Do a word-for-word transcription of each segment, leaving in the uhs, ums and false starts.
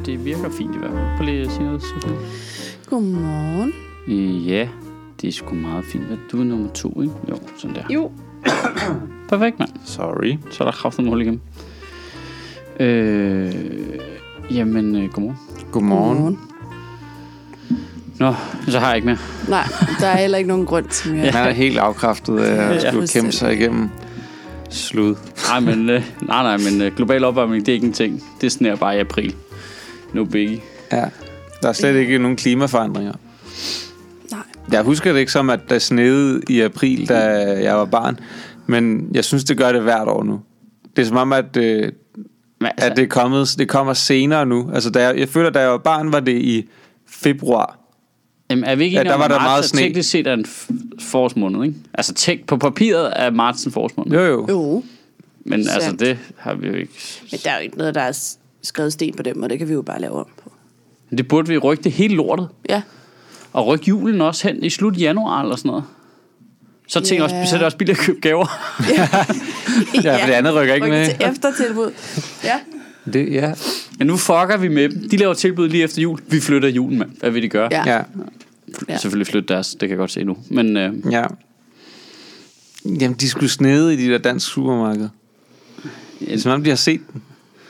det virker fint i hvert fald. Prøv lige at sige noget, Sofie. Godmorgen. Ja, det er sgu meget fint. Du er nummer to, ikke? Jo, sådan der. Jo. Perfekt, mand. Sorry. Så er der kraftigt med hul igennem. Øh, jamen, øh, godmorgen. Godmorgen. Godmorgen. Nå, så har jeg ikke mere. Nej, der er heller ikke nogen grund til mere. Ja. Man er helt afkræftet af at skulle kæmpe sig igennem slud. Nej, men, øh, nej, nej, men øh, global opvarmning, det er ikke en ting. Det sneer bare i april. No biggie. Ja, der er slet ikke nogen klimaforandringer. Nej. Jeg husker det ikke som, at der sneede i april, da jeg var barn. Men jeg synes, det gør det hvert år nu. Det er som om, at, øh, men, altså, at det, er kommet, det kommer senere nu. Altså, da jeg, jeg føler, da jeg var barn, var det i februar. Jamen, er vi ikke ja, enige der om, var at der marts meget er sne. teknisk set er en forårsmåned, ikke? Altså, tek, på papiret er marts en forårsmåned. Jo, jo. Jo. Men Sandt. altså, det har vi jo ikke. Men der er jo ikke noget, der er skrevet sten på dem, og det kan vi jo bare lave om på. Det burde vi rykke det hele lortet. Ja. Og rykke julen også hen i slut januar eller sådan noget. Så tænker Ja. jeg også, så er det også billigt at købe gaver. Ja, for det andet rykker ikke med. Til eftertilbud. Ja. Det, ja. Men nu fucker vi med dem. De laver tilbud lige efter jul. Vi flytter julen, mand. Hvad vil de gøre? Ja. Ja. Ja. Selvfølgelig flytte deres, det kan jeg godt se nu. Men øh, Ja. Jamen, de skulle snede i de der danske supermarkeder. Det er som om, de har set den.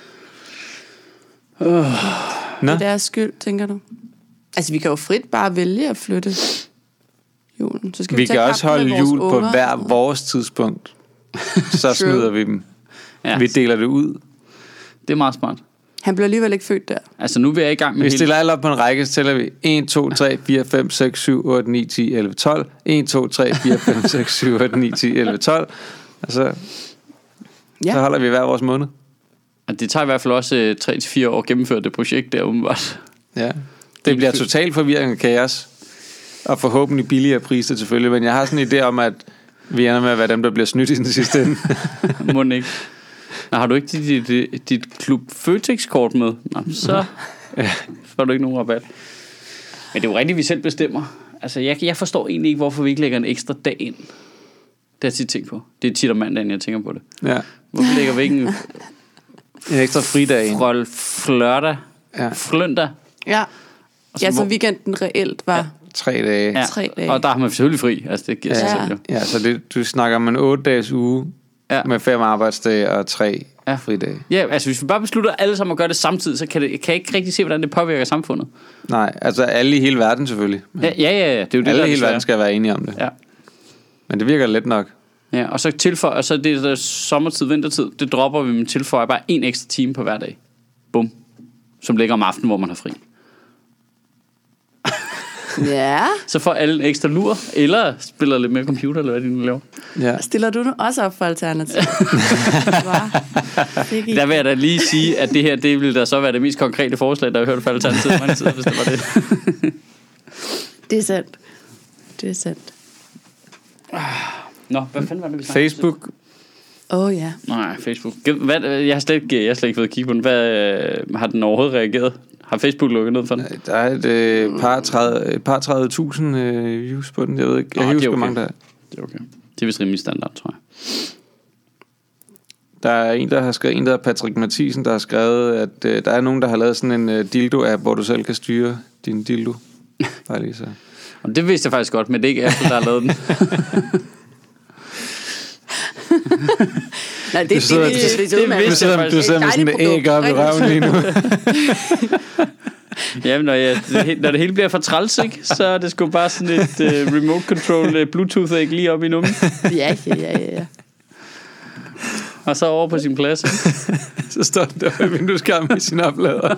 øh, Nå? Det er deres skyld, tænker du? Altså, vi kan jo frit bare vælge at flytte julen. Så skal vi, Vi kan også holde jul på unger. hver vores tidspunkt. Så smider vi dem. ja, Vi deler det ud. det er meget smart. Han blev alligevel ikke født der. Altså nu er jeg i gang med Vi hele... stiller alle op på en række, så tæller vi et, to, tre, fire, fem, seks, syv, otte, ni, ti, elleve, tolv. et, to, tre, fire, fem, seks, syv, otte, ni, ti, elleve, tolv. Og så, Ja. så holder vi hver vores måned. Og det tager i hvert fald også øh, tre til fire år at gennemføre det projekt der umiddelbart. Ja. Det bliver totalt forvirring og kaos. Og forhåbentlig billigere priser selvfølgelig. Men jeg har sådan en idé om, at vi ender med at være dem, der bliver snydt i den sidste ende. Må den ikke? Nå, har du ikke dit, dit, dit Klub Føtex-kort med? Nå, så får du ikke nogen rabat. Men det er jo rigtigt, vi selv bestemmer. Altså, jeg, jeg forstår egentlig ikke, hvorfor vi ikke lægger en ekstra dag ind. Det har jeg tit tænkt på. Det er tit om mandagen, jeg tænker på det. Ja. Hvorfor lægger vi ikke en En ekstra fridag ind. frøl flørdag? Ja. Fløndag? Ja. Og så Ja, så hvor- weekenden reelt var... Ja. Tre dage. Ja. Tre dage. Og der har man selvfølgelig fri. Altså, det giver sig Ja. selv jo. Ja, så det, du snakker om en otte dages uge Ja. med fem arbejdsdage og tre Ja. fridage. Ja, altså hvis vi bare beslutter alle sammen at gøre det samtidig, så kan, det, kan jeg ikke rigtig se, hvordan det påvirker samfundet. Nej, altså alle i hele verden selvfølgelig. Ja, ja, ja, ja. Det er jo det, Alle der i hele er verden skal være enige om det. Ja. Men det virker let nok. Ja, og så tilføjer, og så det der sommertid, vintertid, det dropper vi, men tilføjer bare en ekstra time på hver dag. Bum. Som ligger om aftenen, hvor man har fri. Ja. Så får alle en ekstra lur, eller spiller lidt mere computer, eller hvad de nu laver. Ja. Stiller du nu også op for alternativet? Der vil jeg da lige sige, at det her, det vil da så være det mest konkrete forslag, der har hørt for alternativet mange tider, hvis det var det. Det er sandt. Det er sandt. Nå, hvad fanden var det, vi snakkede? Facebook. Åh oh, ja. Nej, Facebook. Hvad, jeg har slet ikke, jeg har slet ikke fået kigge på den. Hvad, øh, har den overhovedet reageret? Har Facebook lukket ned for den? Der er et øh, par tredive, et par tredive tusind øh, views på den. Jeg ved ikke, jeg Nå, kan det er huske, hvor okay. mange der er. Det er okay. Det er vist rimelig standard, tror jeg. Der er en, der har skrevet, en der er Patrick Mathisen, der har skrevet, at øh, der er nogen, der har lavet sådan en øh, dildo-app, hvor du selv kan styre din dildo. Bare lige så. Og det vidste jeg faktisk godt, men det er ikke Apple, der har lavet den. Nej, det, Du sidder- det, det, det, det, det det, vidste Du det, sidder, du sidder med sådan et æg op i røven lige nu. Jamen, når, jeg, det, he- når det hele bliver for træls, ikke, så er det sgu bare sådan et uh, remote control uh, Bluetooth-æg lige op i nummen. ja, ja, ja, ja. Og så over på sin plads. Ikke? Så står den der i vindueskarmen med sin oplader.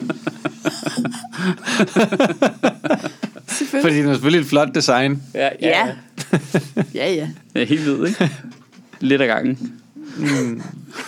Fordi den er selvfølgelig et flot design. Ja, Ja. Ja, ja. Det er helt hvid, ikke? Lidt af gangen. Mm.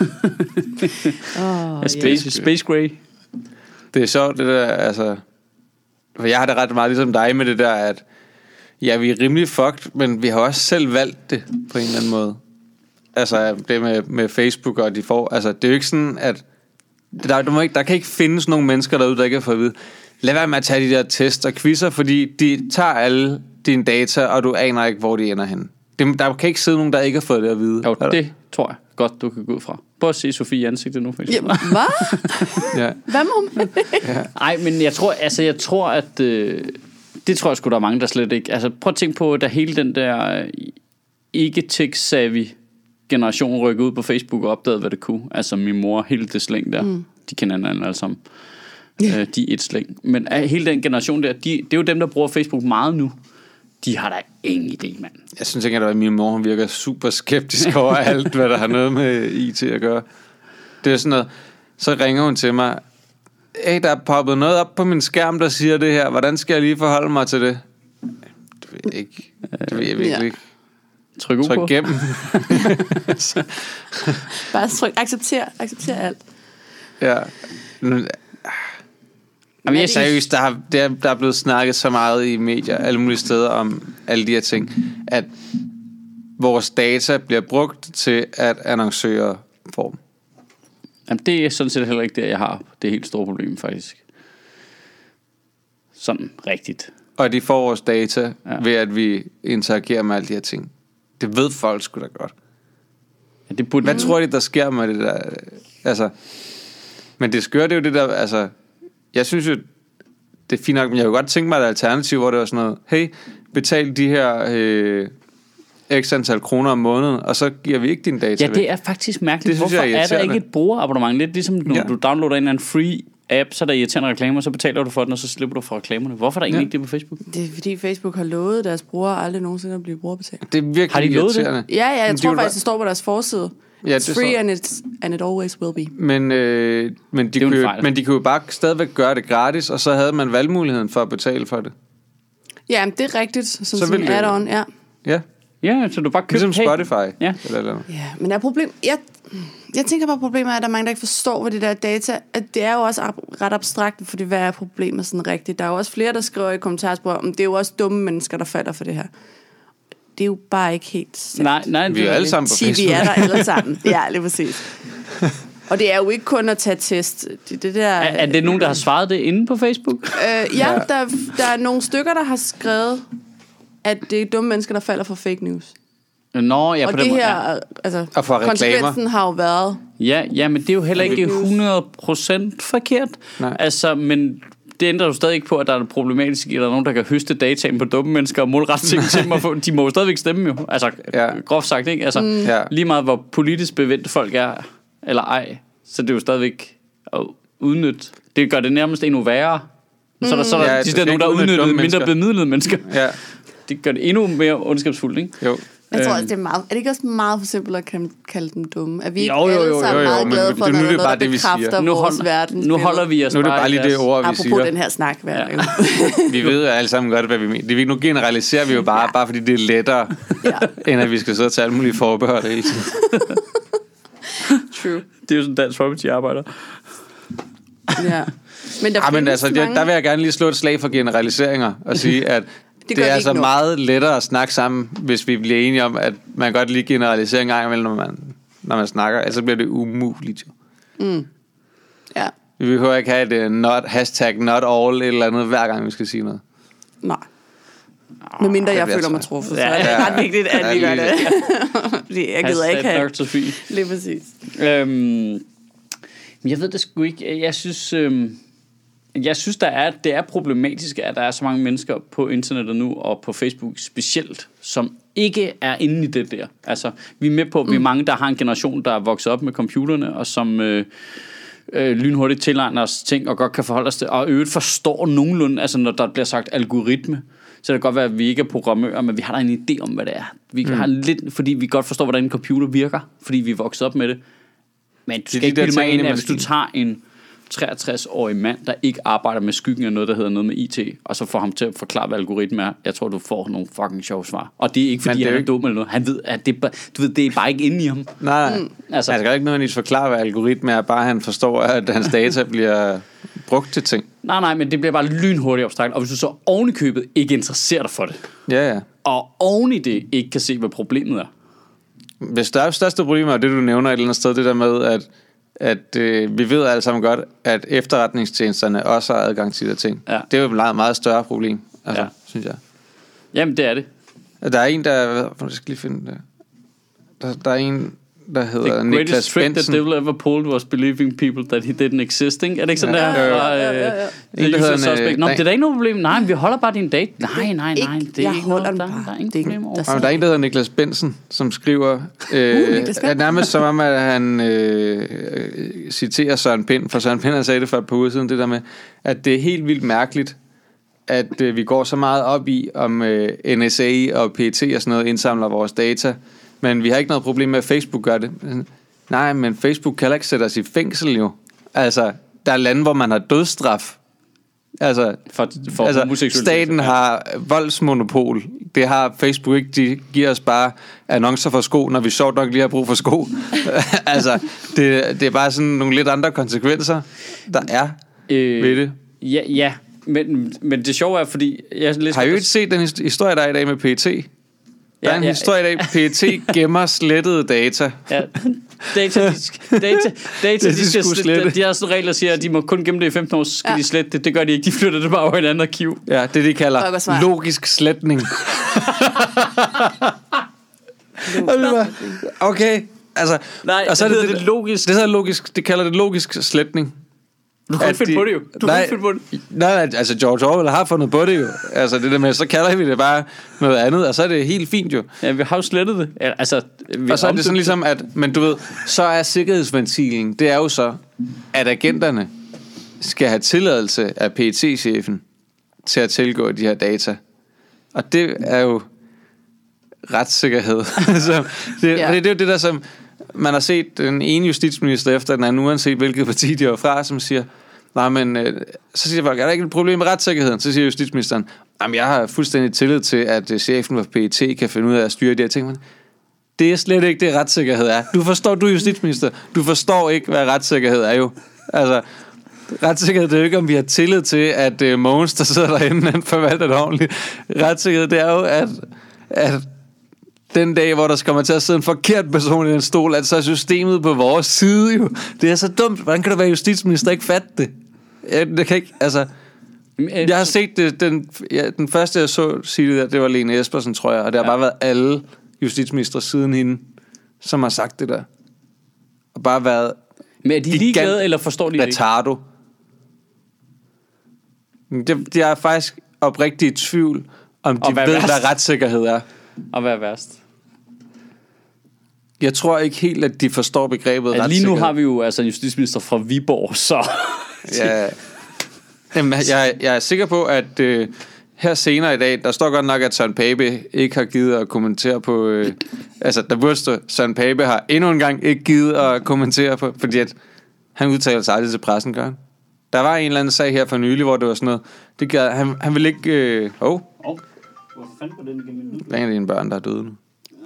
Oh, Ja, space, space Gray. Det er sjovt, det der, altså... For jeg har det ret meget ligesom dig med det der, at... Ja, vi er rimelig fucked, men vi har også selv valgt det på en eller anden måde. Altså, det med, med Facebook og de får... Altså, det er jo ikke sådan, at... Der, der, må ikke, der kan ikke findes nogen mennesker derude, der ikke har fået at vide. Lad være med at tage de der test og quizzer, fordi de tager alle dine data, og du aner ikke, hvor de ender hen. Det, der kan ikke sidde nogen, der ikke har fået det at vide. Jo, det tror jeg godt, du kan gå ud fra. Prøv at se Sofie i ansigtet nu, for eksempel. Ja, hvad? Ja. Hvad må man? Nej, men jeg tror, altså, jeg tror, at... Øh, det tror jeg sgu, der er mange, der slet ikke... Altså, prøv at tænke på, da hele den der ikke-tech-savvy generation rykkede ud på Facebook og opdagede, hvad det kunne. Altså, min mor, hele det slæng der. Mm. De kender hinanden alle sammen. Yeah. Øh, de er et slæng. Men uh, hele den generation der, de, det er jo dem, der bruger Facebook meget nu. De har da ingen idé, mand. Jeg synes ikke, at min mor hun virker super skeptisk over alt, hvad der har noget med I T at gøre. Det er sådan noget... Så ringer hun til mig... Hey, der er poppet noget op på min skærm, der siger det her. Hvordan skal jeg lige forholde mig til det? Det ved jeg ikke. Det ved jeg virkelig ja. ikke. Tryk ud på. Tryk igennem. Bare tryk. Accepter. Accepter alt. Ja. Men, Jamen, jeg seriøst, der, har, der, der er blevet snakket så meget i medier, alle mulige steder om alle de her ting, at vores data bliver brugt til, at annoncører får dem. Jamen, det er sådan set heller ikke det, jeg har. Det er helt store problem, faktisk. Sådan rigtigt. Og de får vores data ja. ved, at vi interagerer med alle de her ting. Det ved folk sgu da godt. Ja, det burde... Hvad tror de, der sker med det der? Altså, men det skør det jo det der, altså, jeg synes jo, det er fint nok, men jeg kunne godt tænke mig et alternativ, hvor det var sådan noget, hey, betal de her øh, x antal kroner om måneden, og så giver vi ikke din data. Ja, det er faktisk mærkeligt. Hvorfor er, er der ikke et brugerabonnement? Lidt ligesom når ja. du downloader en eller anden free app, så er der irriterende reklamer, så betaler du for den, og så slipper du for reklamerne. Hvorfor er der egentlig ja. ikke det på Facebook? Det er fordi Facebook har lovet deres brugere aldrig nogensinde at blive brugerbetalt. Det er virkelig har de lovet det? Ja, ja, jeg tror faktisk, det står på deres forside. Ja, it's free and, it's, and it always will be. Men, øh, men, de kunne jo, men de kunne jo bare stadigvæk gøre det gratis, og så havde man valgmuligheden for at betale for det. Ja, det er rigtigt, som sådan en add-on, ja. Ja. Ja, så du bare køber ligesom Spotify. Ja. Eller, eller. Ja, men der er problem... Jeg, jeg tænker bare, problemet er, at der er mange, der ikke forstår, hvad det der data... At det er jo også ret abstrakt, fordi hvad er problemet sådan rigtigt? Der er jo også flere, der skriver i kommentarspor, om det er jo også dumme mennesker, der falder for det her. Det er jo bare ikke helt sandt. Nej, nej, vi er jo alle sammen på Facebook. Vi er der alle sammen. Ja, lige præcis. Og det er jo ikke kun at tage test. Det, det der, er, er det nogen, der har svaret det inde på Facebook? Øh, ja, ja. Der, der er nogle stykker, der har skrevet, at det er dumme mennesker, der falder for fake news. Nå, ja, og på det den måde, her, ja. altså, og for konsekvensen har jo været... Ja, ja, men det er jo heller ikke hundrede procent forkert. Nej. Altså, men det ændrer jo stadig ikke på, at der er problematisk, eller nogen, der kan høste dataen på dumme mennesker og målrette ting til dem. Og de må jo stadigvæk stemme jo. Altså, ja. groft sagt, ikke? Altså, mm. ja. lige meget hvor politisk bevendt folk er, eller ej, så det er jo stadigvæk at udnytte. Det gør det nærmest endnu værre. Mm. Så er der, så er der ja, de der nogen, der udnytter mindre bemidlede mennesker. Ja. Det gør det endnu mere ondskabsfuldt, ikke? Jo. Jeg tror også, det er meget... Er det ikke også meget for simpelt at kalde dem dumme? Er vi ikke jo, jo, jo, alle sammen jo, jo, meget glade for, det, når nu er det der bare det, vi bekræfter nu vores hold, verden? Nu holder vi os nu er det bare lige det ord, vi apropos siger. Apropos den her snak. Ja. Vi ved alle sammen godt, hvad vi mener. Det, nu generaliserer vi jo bare, ja. bare fordi det er lettere, ja. end at vi skal så tage alle mulige forbehold i. True. Det er jo sådan, Dansk Folkeparti arbejder. Ja. Men der, ja, men altså, mange... der vil jeg gerne lige slå et slag for generaliseringer og sige, at det, det er altså nok. meget lettere at snakke sammen, hvis vi bliver enige om, at man godt lige generaliserer en gang imellem, når man, når man snakker. Altså bliver det umuligt jo. Mm. Ja. Vi behøver ikke have et uh, not, hashtag not all eller andet, hver gang vi skal sige noget. Nej. Med mindre jeg føler mig truffet, så ja, er det ja. ret vigtigt, at ja, vi gør det. Fordi jeg gider ikke have... Lige præcis. Øhm, jeg ved det sgu ikke. Jeg synes... Øhm Jeg synes, der er, det er problematisk, at der er så mange mennesker på internettet nu, og på Facebook specielt, som ikke er inde i det der. Altså, vi er med på, at vi er mange, der har en generation, der er vokset op med computerne, og som øh, øh, lynhurtigt tilegner os ting, og godt kan forholde os til, og øvrigt forstår nogenlunde, altså når der bliver sagt algoritme, så det kan godt være, at vi ikke er programmører, men vi har da en idé om, hvad det er. Vi mm. har lidt, fordi vi godt forstår, hvordan en computer virker, fordi vi er vokset op med det. Men du skal ikke bilde mig ind, at hvis du tager en treogtres-årig mand, der ikke arbejder med skyggen af noget, der hedder noget med I T, og så får ham til at forklare, hvad algoritme er. Jeg tror, du får nogle fucking sjove svar. Og det er ikke, fordi han er ikke dum eller noget. Han ved, at det, du ved, det er bare ikke inde i ham. Nej, mm. altså. Han skal ikke nødvendigvis forklare, hvad algoritme er, bare han forstår, at hans data bliver brugt til ting. Nej, nej, men det bliver bare lynhurtigt abstrakt. Og hvis du så oven i købet ikke interesserer dig for det, ja, ja. og oven i det ikke kan se, hvad problemet er. Hvis der er største problem er det, du nævner et eller andet sted, det der med, at at øh, vi ved alle sammen godt, at efterretningstjenesterne også har adgang til de ting. Ja. Det er jo et meget, meget større problem, altså, ja. synes jeg. Jamen, det er det. Der er en, der... Jeg skal lige finde det. Der, der er en, der hedder The Niklas greatest trick the Bentzen. devil ever pulled was believing people that he didn't exist, ikke? Er det ikke sådan, Ja. der? Ja, Fra, ja, ja, ja. øh, En, The der Usual hedder en, Suspect. Nå, øh, det er da ikke noget problem. Nej, vi holder bare din date. Nej, nej, nej. Ikke- Det er jeg ikke holder noget, der, den bare. der er ingen Det er ikke- problem over. der- Og der er en, der hedder Niklas Bentzen, som skriver, øh, Niklas Bentzen. at nærmest som om, at han øh, øh, citerer Søren Pind, for Søren Pind han sagde det for et par uger siden, det der med, at det er helt vildt mærkeligt, at øh, vi går så meget op i, om øh, N S A og P E T og sådan noget indsamler vores data, men vi har ikke noget problem med, at Facebook gør det. Nej, men Facebook kan heller ikke sætte os i fængsel jo. Altså, der er lande, hvor man har dødsstraf. Altså, For, for altså homoseksuelle. staten har voldsmonopol. Det har Facebook ikke. De giver os bare annoncer for sko, når vi sjovt nok lige har brug for sko. Altså, det, det er bare sådan nogle lidt andre konsekvenser, der er øh, ved det. Ja, ja. Men, men det sjove er, fordi... Jeg læste Har I jo ikke set den his- historie, der er i dag med P E T? Der Ja, er en ja. historie i dag, P E T gemmer slettede data. Ja. Data, de, data, data de de, skal skulle slette. slette. De har sådan regler, der siger, at de må kun gemme det i femten år, så skal Ja. de slette det. Det gør de ikke. De flytter det bare over i et andet arkiv. Ja, det de kalder Fuck, hvor smart. logisk sletning. Og det var- okay, altså... Nej, og så er det det, hedder det logisk. Det hedder logisk, det kalder det logisk sletning. Du kan At ikke finde de- på det jo. Du nej, kan ikke finde på det. Nej, nej, altså George Orwell har fundet på det jo. Altså det der med, så kalder vi det bare noget andet, og så er det helt fint jo. Ja, vi har jo slettet det. Ja, altså, vi Og så er det sådan omdøbte- ligesom, at, men du ved, så er sikkerhedsventilen, det er jo så, at agenterne skal have tilladelse af P E T-chefen til at tilgå de her data. Og det er jo retssikkerhed. så det, Ja. ja. det, det er jo det der, som man har set den ene justitsminister efter den anden, uanset hvilket parti de var fra, som siger, nej, men øh, så siger folk, er der ikke et problem med retssikkerheden? Så siger justitsministeren, jamen jeg har fuldstændig tillid til, at øh, chefen for P E T kan finde ud af at styre de her ting. Men det er slet ikke det, retssikkerhed er. Du forstår, du er justitsminister. Du forstår ikke, hvad retssikkerhed er jo. Altså, retssikkerhed, det er jo ikke, om vi har tillid til, at øh, Mogens, der sidder derinde, han forvalter det ordentligt. Retssikkerhed, det er jo, at, at den dag, hvor der kommer til at sidde en forkert person i en stol, at så er systemet på vores side jo. Det er så dumt. Hvordan kan der være justitsminister og ikke fatte det? Jeg, det kan ikke, altså... Jeg har set det, den, ja, den første jeg så sige det der, det var Lene Espersen, tror jeg, og det har Ja. bare været alle justitsministre siden hende, som har sagt det der. Og bare været Men er de ligeglade, eller forstår de det ikke? retardo. Det, de er faktisk oprigtigt i tvivl, om de Og hvad er ved, værst? hvad retssikkerhed er. Og hvad er værst? Jeg tror ikke helt, at de forstår begrebet Altså, lige retssikkerhed. nu har vi jo altså en justitsminister fra Viborg, så... Ja. Jamen, jeg, jeg er sikker på, at øh, her senere i dag, der står godt nok, at Søren Pape ikke har givet at kommentere på... Øh, altså, der burde stå, Søren Pape har endnu en gang ikke givet at kommentere på, fordi at han udtaler sig aldrig til pressen, gør han. Der var en eller anden sag her for nylig, hvor det var sådan noget... Det gad, han, han ville ikke... Øh, oh, Oh, hvorfor fanden var den igennem der er en af dine børn, der er døde nu.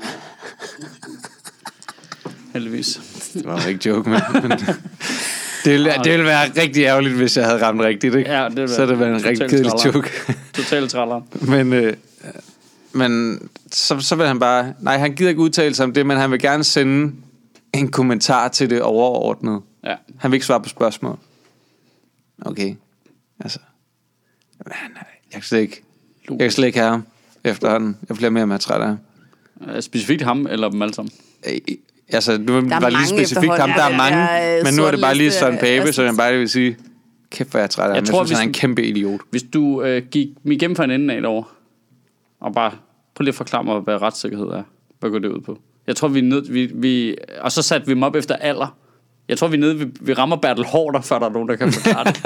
Heldigvis. Det var ikke joke, men... men det, ville, det ville være rigtig ærgerligt, hvis jeg havde ramt rigtigt, ikke? Ja, det ville Så havde det været en totalt rigtig kedelig træller. joke. Totalt træller. Men, øh, men så, så vil han bare... Nej, han gider ikke udtale sig om det, men han vil gerne sende en kommentar til det overordnede. Ja. Han vil ikke svare på spørgsmål. Okay. Altså... Men, nej, jeg kan slet ikke... Jeg kan slet ikke have ham efterhånden. Jeg bliver mere og mere træt af ham. Øh, Specifikt ham, eller dem alle sammen? Øh, Altså, nu var det mange lige specifikt ham, der er efterhånden. mange, Ja, ja, men nu er det bare lige sortliste Søren Pape, af- så jeg bare lige vil sige, kæft, hvor jeg er træt af ham. Jeg Jeg, tror, jeg synes, han er en hvis- kæmpe idiot. Hvis du øh, gik mig igennem for en ende af et år, og bare prøv lige at forklare mig, hvad retssikkerhed er. Hvad går det ud på? Jeg tror, vi er nødt... Vi, vi, og så satte vi dem op efter alder. Jeg tror, vi er nede... Vi, vi rammer Bertel Haarder, før der er nogen, der kan forklare det.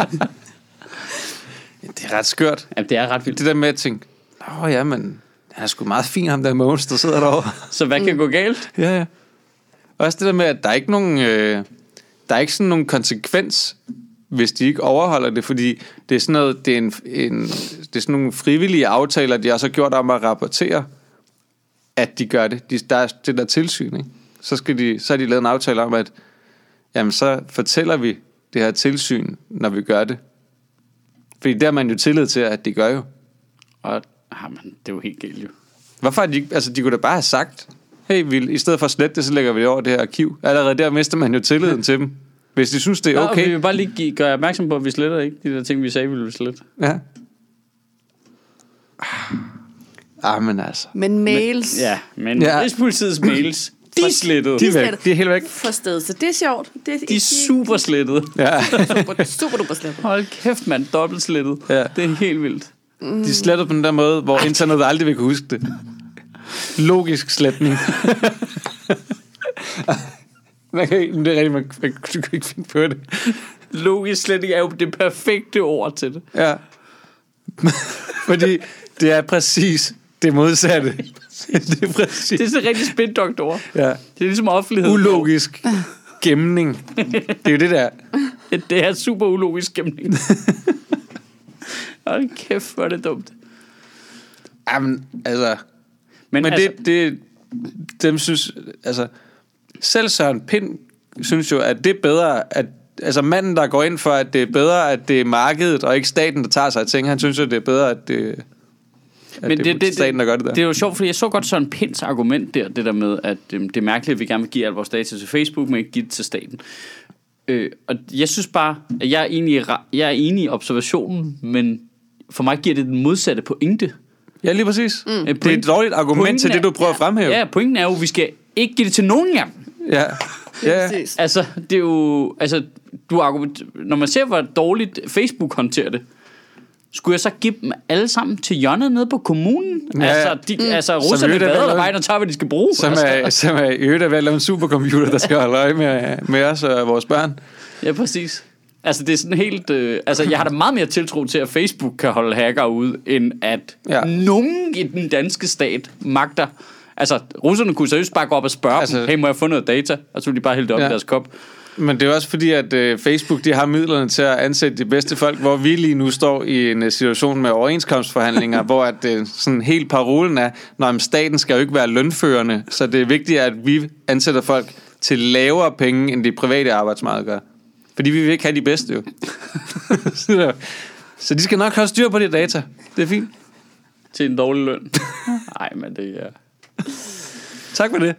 Det er ret skørt. Jamen, det er ret vildt. Det der med at tænke, åh ja, men han er sgu meget fin, ham der Mogens, der sidder derovre. Så hvad kan gå galt? Ja, ja. Også det der med, at der er ikke nogen, øh, der er ikke sådan nogen konsekvens, hvis de ikke overholder det, fordi det er sådan noget, det er, en, en, det er sådan nogle frivillige aftaler, de også har gjort om at rapportere, at de gør det. De, der er det der tilsyn, ikke? Så, skal de, så har de lavet en aftale om, at jamen, så fortæller vi det her tilsyn, når vi gør det. Fordi der er man jo tillid til, at de gør jo. Og, jamen, det er jo helt galt jo. Hvorfor de, altså de kunne da bare have sagt, hey, vi, i stedet for at slette det, så lægger vi det over det her arkiv. Allerede der mister man jo tilliden til dem. Hvis de synes, det er Nå, og vi okay. vil bare lige give, gøre opmærksom på, at vi sletter ikke de der ting, vi sagde, vi ville slette. Ja. Ah, men altså. Men mails... Ja, men Ja. ja. Rigspolitiets mails, De er slettet. De er væk. De er helt væk. For stedet, så det er sjovt. Det er, De er super slettet. Ja. super, super duper slettet. Hold kæft, mand. Dobbelt slettet. Ja. Det er helt vildt. De er slettet på den der måde, hvor internettet aldrig vil kunne huske det. Logisk sletning. Man kan ikke, det er rigtigt, man, man, du kan ikke finde på det. Logisk sletning er jo det perfekte ord til det. Ja. Fordi det er præcis det modsatte. Det er præcis. Det er så rigtig spindoktor. Ja. Det er ligesom offentlighed. Ulogisk gemning. Det er jo det der. Det er super ulogisk gemning. Hold kæft, hvor er det dumt. Jamen, altså... Men, Men altså, det, det... Dem synes... Altså... Selv Søren Pind synes jo, at det er bedre... At, altså manden, der går ind for, at det er bedre, at det er markedet, og ikke staten, der tager sig af ting, han synes jo, det er bedre, at det... At Men det, det, det, staten, der gør det der. Det er jo sjovt, fordi jeg så godt Søren Pinds argument der, det der med, at øh, det er mærkeligt, at vi gerne vil give al vores data til Facebook, men ikke give det til staten. Øh, og jeg synes bare, at jeg er, enig i, jeg er enig i observationen, men for mig giver det den modsatte pointe. Ja, lige præcis. Mm. Øh, Det er et dårligt argument til det, du prøver ja. at fremhæve. Ja, pointen er jo, at vi skal ikke give det til nogen af dem. Ja. Ja. Præcis. Altså, det er jo... Altså, du argument, når man ser, hvor dårligt Facebook håndterer det, skulle jeg så give dem alle sammen til hjørnet nede på kommunen? Ja, altså, de, mm. altså russerne øvrigt er vader vel- der vejen og tager, hvad de skal bruge. Som altså. er, som er i øvrigt er ved at lave en supercomputer, der skal holde øje med, med os og vores børn. Ja, præcis. Altså, det er sådan helt... Øh, altså, jeg har da meget mere tiltro til, at Facebook kan holde hacker ud, end at Ja. ja. nogen i den danske stat magter... Altså, russerne kunne seriøst bare gå op og spørge altså, Altså- dem, hey, må jeg få noget data? Og så ville de bare hælde det op Ja. i deres kop. Men det er også fordi, at øh, Facebook de har midlerne til at ansætte de bedste folk, hvor vi lige nu står i en øh, situation med overenskomstforhandlinger, hvor at, øh, sådan helt parolen er, når staten skal jo ikke være lønførende, så det er vigtigt, at vi ansætter folk til lavere penge, end det private arbejdsmarked gør. Fordi vi vil ikke have de bedste jo. så, så de skal nok have styr på de data. Det er fint. Til en dårlig løn. Nej, men det er... Tak for det.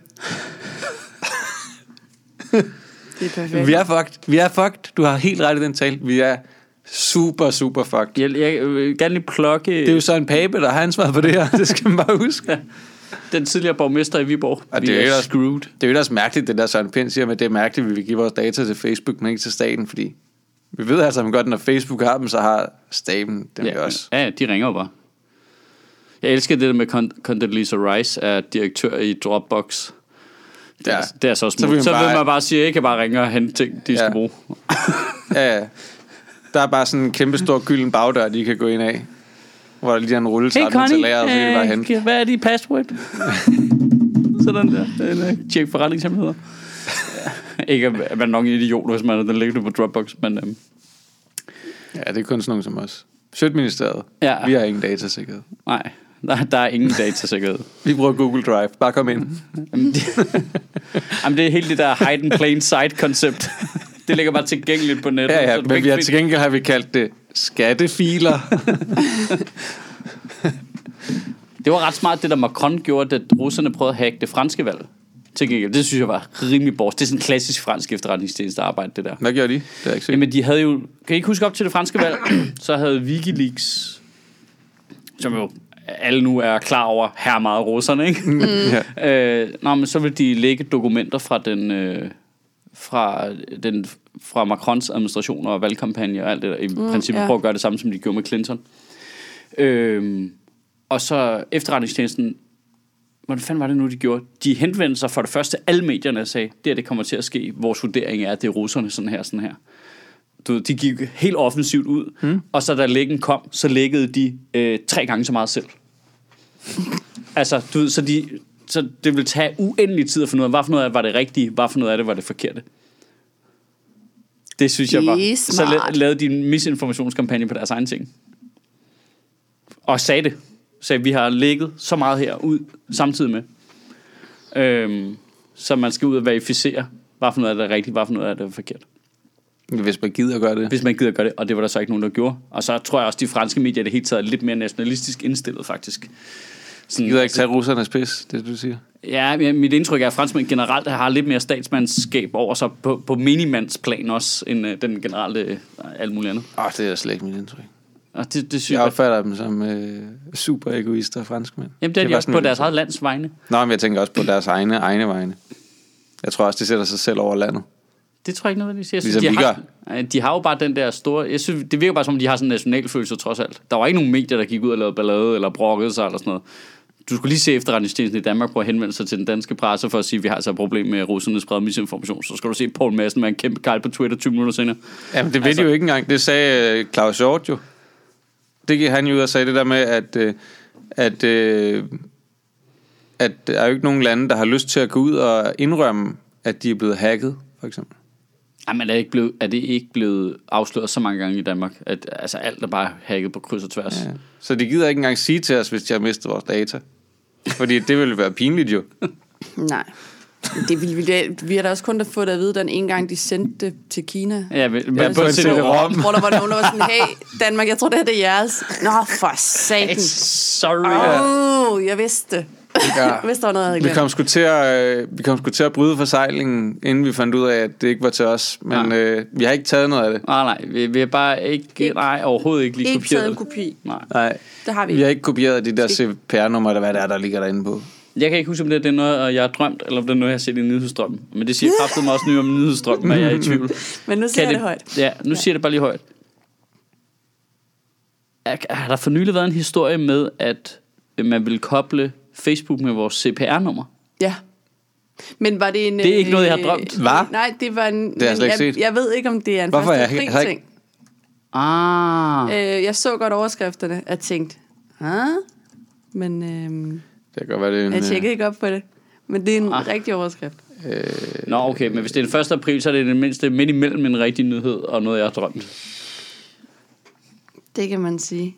Det er perfekt. Vi er fucked. Vi er fucked. Du har helt ret i den tale. Vi er super, super fucked. Jeg, jeg vil gerne lige plukke... Det er jo så en Pape, der har ansvaret for det her. Det skal man bare huske. Den tidligere borgmester i Viborg. Og Vi det er jo også- screwed. Det er jo også mærkeligt, det der Søren Pind siger, men det er mærkeligt, at vi vil give vores data til Facebook, men ikke til staten, fordi vi ved altså godt, når Facebook har dem, så har staten dem Ja, jo også. ja, de ringer jo bare. Jeg elsker det der med Con- Condoleezza Rice er direktør i Dropbox. Det er, Ja. det er så Så smukt. vil man Så, så bare- vil man bare sige, at jeg kan bare ringe og hente ting, de Ja. skal bruge. Ja, ja. Der er bare sådan en kæmpe stor gylden bagdør, de kan gå ind af, hvor der lige er en Hey rulletrappe Connie, til lageret, og så kan de bare hente. øh, hvad er dit password? Sådan der. En, uh, tjek forretningshemmeligheder. Ja. Ikke at man er nok en idiot, hvis man er den liggende på Dropbox, men... Øhm, Ja, det er kun sådan nogen som os. Sjøtministeriet. Ja. Vi har ingen datasikkerhed. nej, der, der er ingen datasikkerhed. Vi bruger Google Drive. Bare kom ind. Jamen, det, jamen, det er helt det der hide in plain sight koncept. Det ligger bare tilgængeligt på nettet. Ja, ja, så du kan men ikke vi har finde- til gengæld har vi kaldt det skattefiler. Det var ret smart, det der Macron gjorde, da russerne prøvede at hacke det franske valg. Til gengæld. Det synes jeg var rimelig borst. Det er sådan en klassisk fransk efterretningstjeneste arbejde, det der. Hvad gjorde de? Det er ikke set. Jamen, de havde jo... Kan I ikke huske op til det franske valg? Så havde Wikileaks, som jo alle nu er klar over, her meget russerne, ikke? Mm. Ja. øh, nå, men så vil de lægge dokumenter fra den... Øh, fra, den, fra Macrons administration og valgkampagne og alt det der. I mm, princippet ja. prøve at gøre det samme, som de gjorde med Clinton. Øhm, og så efterretningstjenesten, hvordan fanden var det nu, de gjorde? De henvendte sig for det første alle medierne og sagde, det her, det kommer til at ske. Vores vurdering er, at det er russerne sådan her, sådan her. Du ved, de gik helt offensivt ud, mm. og så da lækken kom, så lækkede de øh, tre gange så meget selv. altså, du ved, så, de, så det ville tage uendelig tid at finde ud af, hvad for noget af det var det rigtige, hvad for noget af det var det forkerte. Det synes jeg var. Det er Så smart. la- lavede de en misinformationskampagne på deres egen ting. Og sagde det. Sagde, vi har lægget så meget her ud samtidig med. Øhm, så man skal ud og verificere, hvad for noget af det er rigtigt, hvad for noget af det er forkert. Hvis man gider gøre det. Hvis man gider gøre det, og det var der så ikke nogen, der gjorde. Og så tror jeg også, de franske medier det hele taget er lidt mere nationalistisk indstillet, faktisk. Sådan, Gider ikke tage russernes pis, det du siger. Ja, men mit indtryk er, at franskmænd generelt har lidt mere statsmandskab over sig på, på minimandsplan også, end uh, den generelle uh, alt muligt andet. Åh, oh, det er slet ikke mit indtryk. Og det, det synes Jeg jeg, opfatter dem som øh, super egoister franskmænd. jamen, det er de bare også sådan på mit deres indtryk. eget lands vegne. Nå, men jeg tænker også på deres egne, egne vegne. Jeg tror også, de sætter sig selv over landet. Det tror jeg ikke nødvendigvis. Jeg synes, Ligesom de, vi har, de har jo bare den der store... Jeg synes, det virker bare som, de har sådan en nationalfølelse trods alt. Der var ikke nogen medier, der gik ud og lavede ballade eller brokkede sig eller sådan noget. Du skulle lige se efterretningstjenesten i Danmark på at henvende sig til den danske presse for at sige, at vi har altså et problem med russerne spreder misinformation. Så skal du se Poul Madsen med en kæmpe kejl på Twitter tyve minutter senere. Jamen, det ved altså, de jo ikke engang. Det sagde Claus Hjort jo. Det gik han jo ud og sagde det der med, at, at, at der er jo ikke nogen lande, der har lyst til at gå ud og indrømme, at de er blevet hacket, for eksempel. Jamen, er det ikke blevet, er det ikke blevet afsløret så mange gange i Danmark, at altså, alt er bare hacket på kryds og tværs? Ja. Så de gider ikke engang sige til os, hvis de har mistet vores data. Fordi det ville være pinligt jo. Nej. Det ville, vi, vi har da også kun fået at vide, den ene gang, de sendte det til Kina. Ja, men ja, på et CD-rom. Hvor der var nogen, der var sådan, hey, Danmark, jeg tror, det her det er jeres. Nå, for satan. Sorry. Åh, oh, jeg vidste det. Ja. Jeg vidste, der var noget, jeg havde vi kom sgu til at, vi kom sgu til at bryde forsejlingen, inden vi fandt ud af, at det ikke var til os. Men øh, vi har ikke taget noget af det. Nej, nej. Vi, vi har bare ikke, ikke, nej, overhovedet ikke lige ikke kopieret. Ikke taget en kopi. Nej. nej. Det har vi Vi ikke. har ikke kopieret de der C P R-numre, eller hvad det er, der ligger derinde på. Jeg kan ikke huske, om det er noget, jeg har drømt, eller om det er noget, jeg har set i nyhedsstrømmen. Men det siger kraftigt mig også nyt om nyhedsstrømmen, at jeg er i tvivl. Men nu siger jeg det højt. Ja, nu siger jeg det bare lige højt. Har der for nylig været en historie med, at man vil koble Facebook med vores C P R-nummer? Ja. Men var det en... Det er ikke noget, jeg har drømt. Hvad? Nej, det var en... Det har jeg slet ikke jeg, set. jeg ved ikke, om det er en Hvorfor? første Jeg, jeg, jeg, ting. Ah. Øh, jeg så godt overskrifterne og tænkte, ah? Men øh, det kan godt være, det er en, jeg tjekkede ikke op på det. Men det er en ah. rigtig overskrift. Øh, Nå, okay, men hvis det er den første april, så er det det mindste midt imellem en rigtig nyhed og noget, jeg har drømt. Det kan man sige.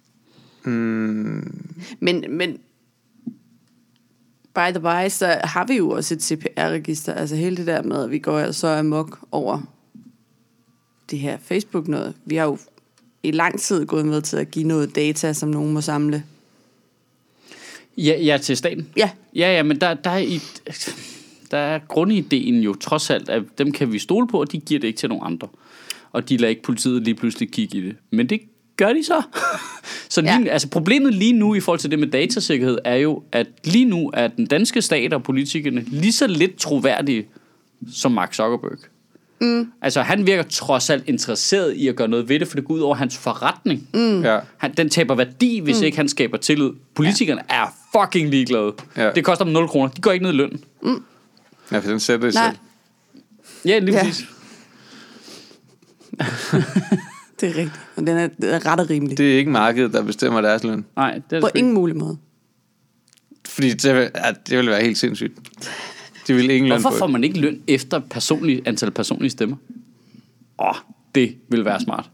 mm, Men, men by the by, så har vi jo også et C P R-register. Altså hele det der med, at vi går så amok over det her Facebook noget. Vi har jo i lang tid gået med til at give noget data, som nogen må samle. Ja, ja, til staten. Ja. Ja, ja, men der, der, er i, der er grundideen jo trods alt, at dem kan vi stole på, og de giver det ikke til nogen andre. Og de lader ikke politiet lige pludselig kigge i det. Men det gør de så. Så lige, ja. altså problemet lige nu i forhold til det med datasikkerhed er jo, at lige nu er den danske stat og politikerne lige så lidt troværdige som Mark Zuckerberg. Mm. Altså han virker trods alt interesseret i at gøre noget ved det, for det går ud over hans forretning. Mm. ja. Han, den taber værdi, hvis mm. ikke han skaber tillid. Politikerne ja. er fucking ligeglade. Ja. Det koster dem nul kroner. De går ikke ned i lønnen. Mm. Ja, for den sætter det selv. Ja, lige ja. præcis. Det er rigtigt. Og den er, den er ret og rimelig. Det er ikke markedet, der bestemmer deres løn. Nej, det er på ingen mulig måde. Fordi det vil, ja, det vil være helt sindssygt. De vil ingen løn. Hvorfor får man ikke løn efter personlig, antal personlige stemmer? Åh, oh, det vil være smart.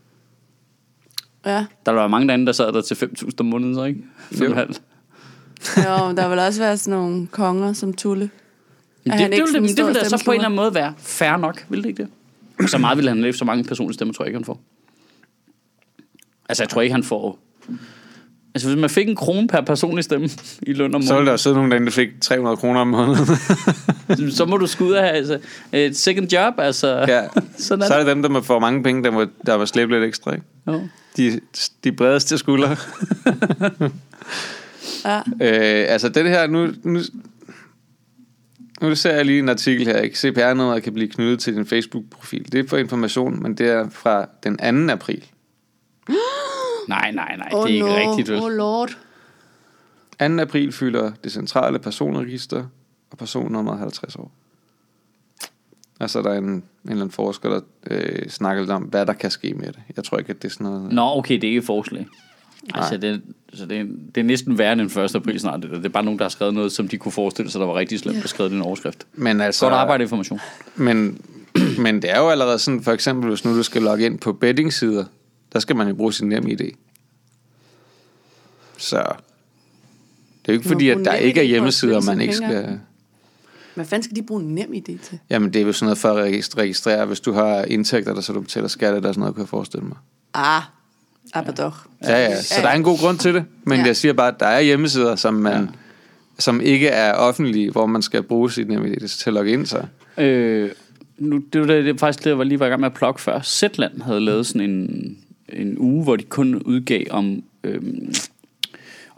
Ja. Der var mange derinde, der sad der til fem tusind om måneden, så ikke? Jo. Jo, der vil også være sådan nogle konger som Tulle. Det, det, det, det, det vil da så på en eller anden måde være fair nok, vil det ikke det? Så meget vil han lave, så mange personlige stemmer, tror jeg ikke, han får. Altså, jeg tror ikke, han får... Altså, hvis man fik en krone per personlig stemme i løn om måneden... Så ville der sidde nogen derinde, der fik tre hundrede kroner om måneden. Så må du sgu ud og have altså, et second job, altså... Ja, så er det dem, der får mange penge, der må, der må slæbe lidt ekstra, ikke? Jo. De, de bredeste skuldre. Ja. øh, altså, det her... Nu, nu, nu ser jeg lige en artikel her, ikke? C P R-nummeret kan blive knyttet til din Facebook-profil. Det er for information, men det er fra den anden april. Nej, nej, nej, oh det er ikke no. rigtigt, vel? Oh lord. anden april fylder det centrale personregister og personnummeret halvtreds år. Altså, der er en, en eller anden forsker, der øh, snakker lidt om, hvad der kan ske med det. Jeg tror ikke, at det er sådan noget... Nå, okay, det er ikke et forslag. Altså, det, så det, er, det er næsten værre end den første april snart. Det er bare nogen, der har skrevet noget, som de kunne forestille sig, der var rigtig slemt, yeah. beskrevet i en overskrift. Men altså, godt arbejde information. Men, men det er jo allerede sådan, for eksempel, hvis nu du skal logge ind på bettingsider, der skal man jo bruge sin NemID. Så det er jo ikke fordi, at der ikke er hjemmesider, man ikke skal... Hvad fanden skal de bruge NemID til? Jamen, det er jo sådan noget for at registrere, hvis du har indtægter, der så du betaler skat, eller sådan noget, kan jeg forestille mig. Ah, abadog. Ja, ja, så der er en god grund til det, men ja. Jeg siger bare, at der er hjemmesider, som, man, ja. som ikke er offentlige, hvor man skal bruge sit NemID til at logge ind sig. Øh, nu, det var det, det, faktisk det, jeg var lige var i gang med at plukke før. Zetland havde lavet sådan en, en uge, hvor de kun udgav om, øhm,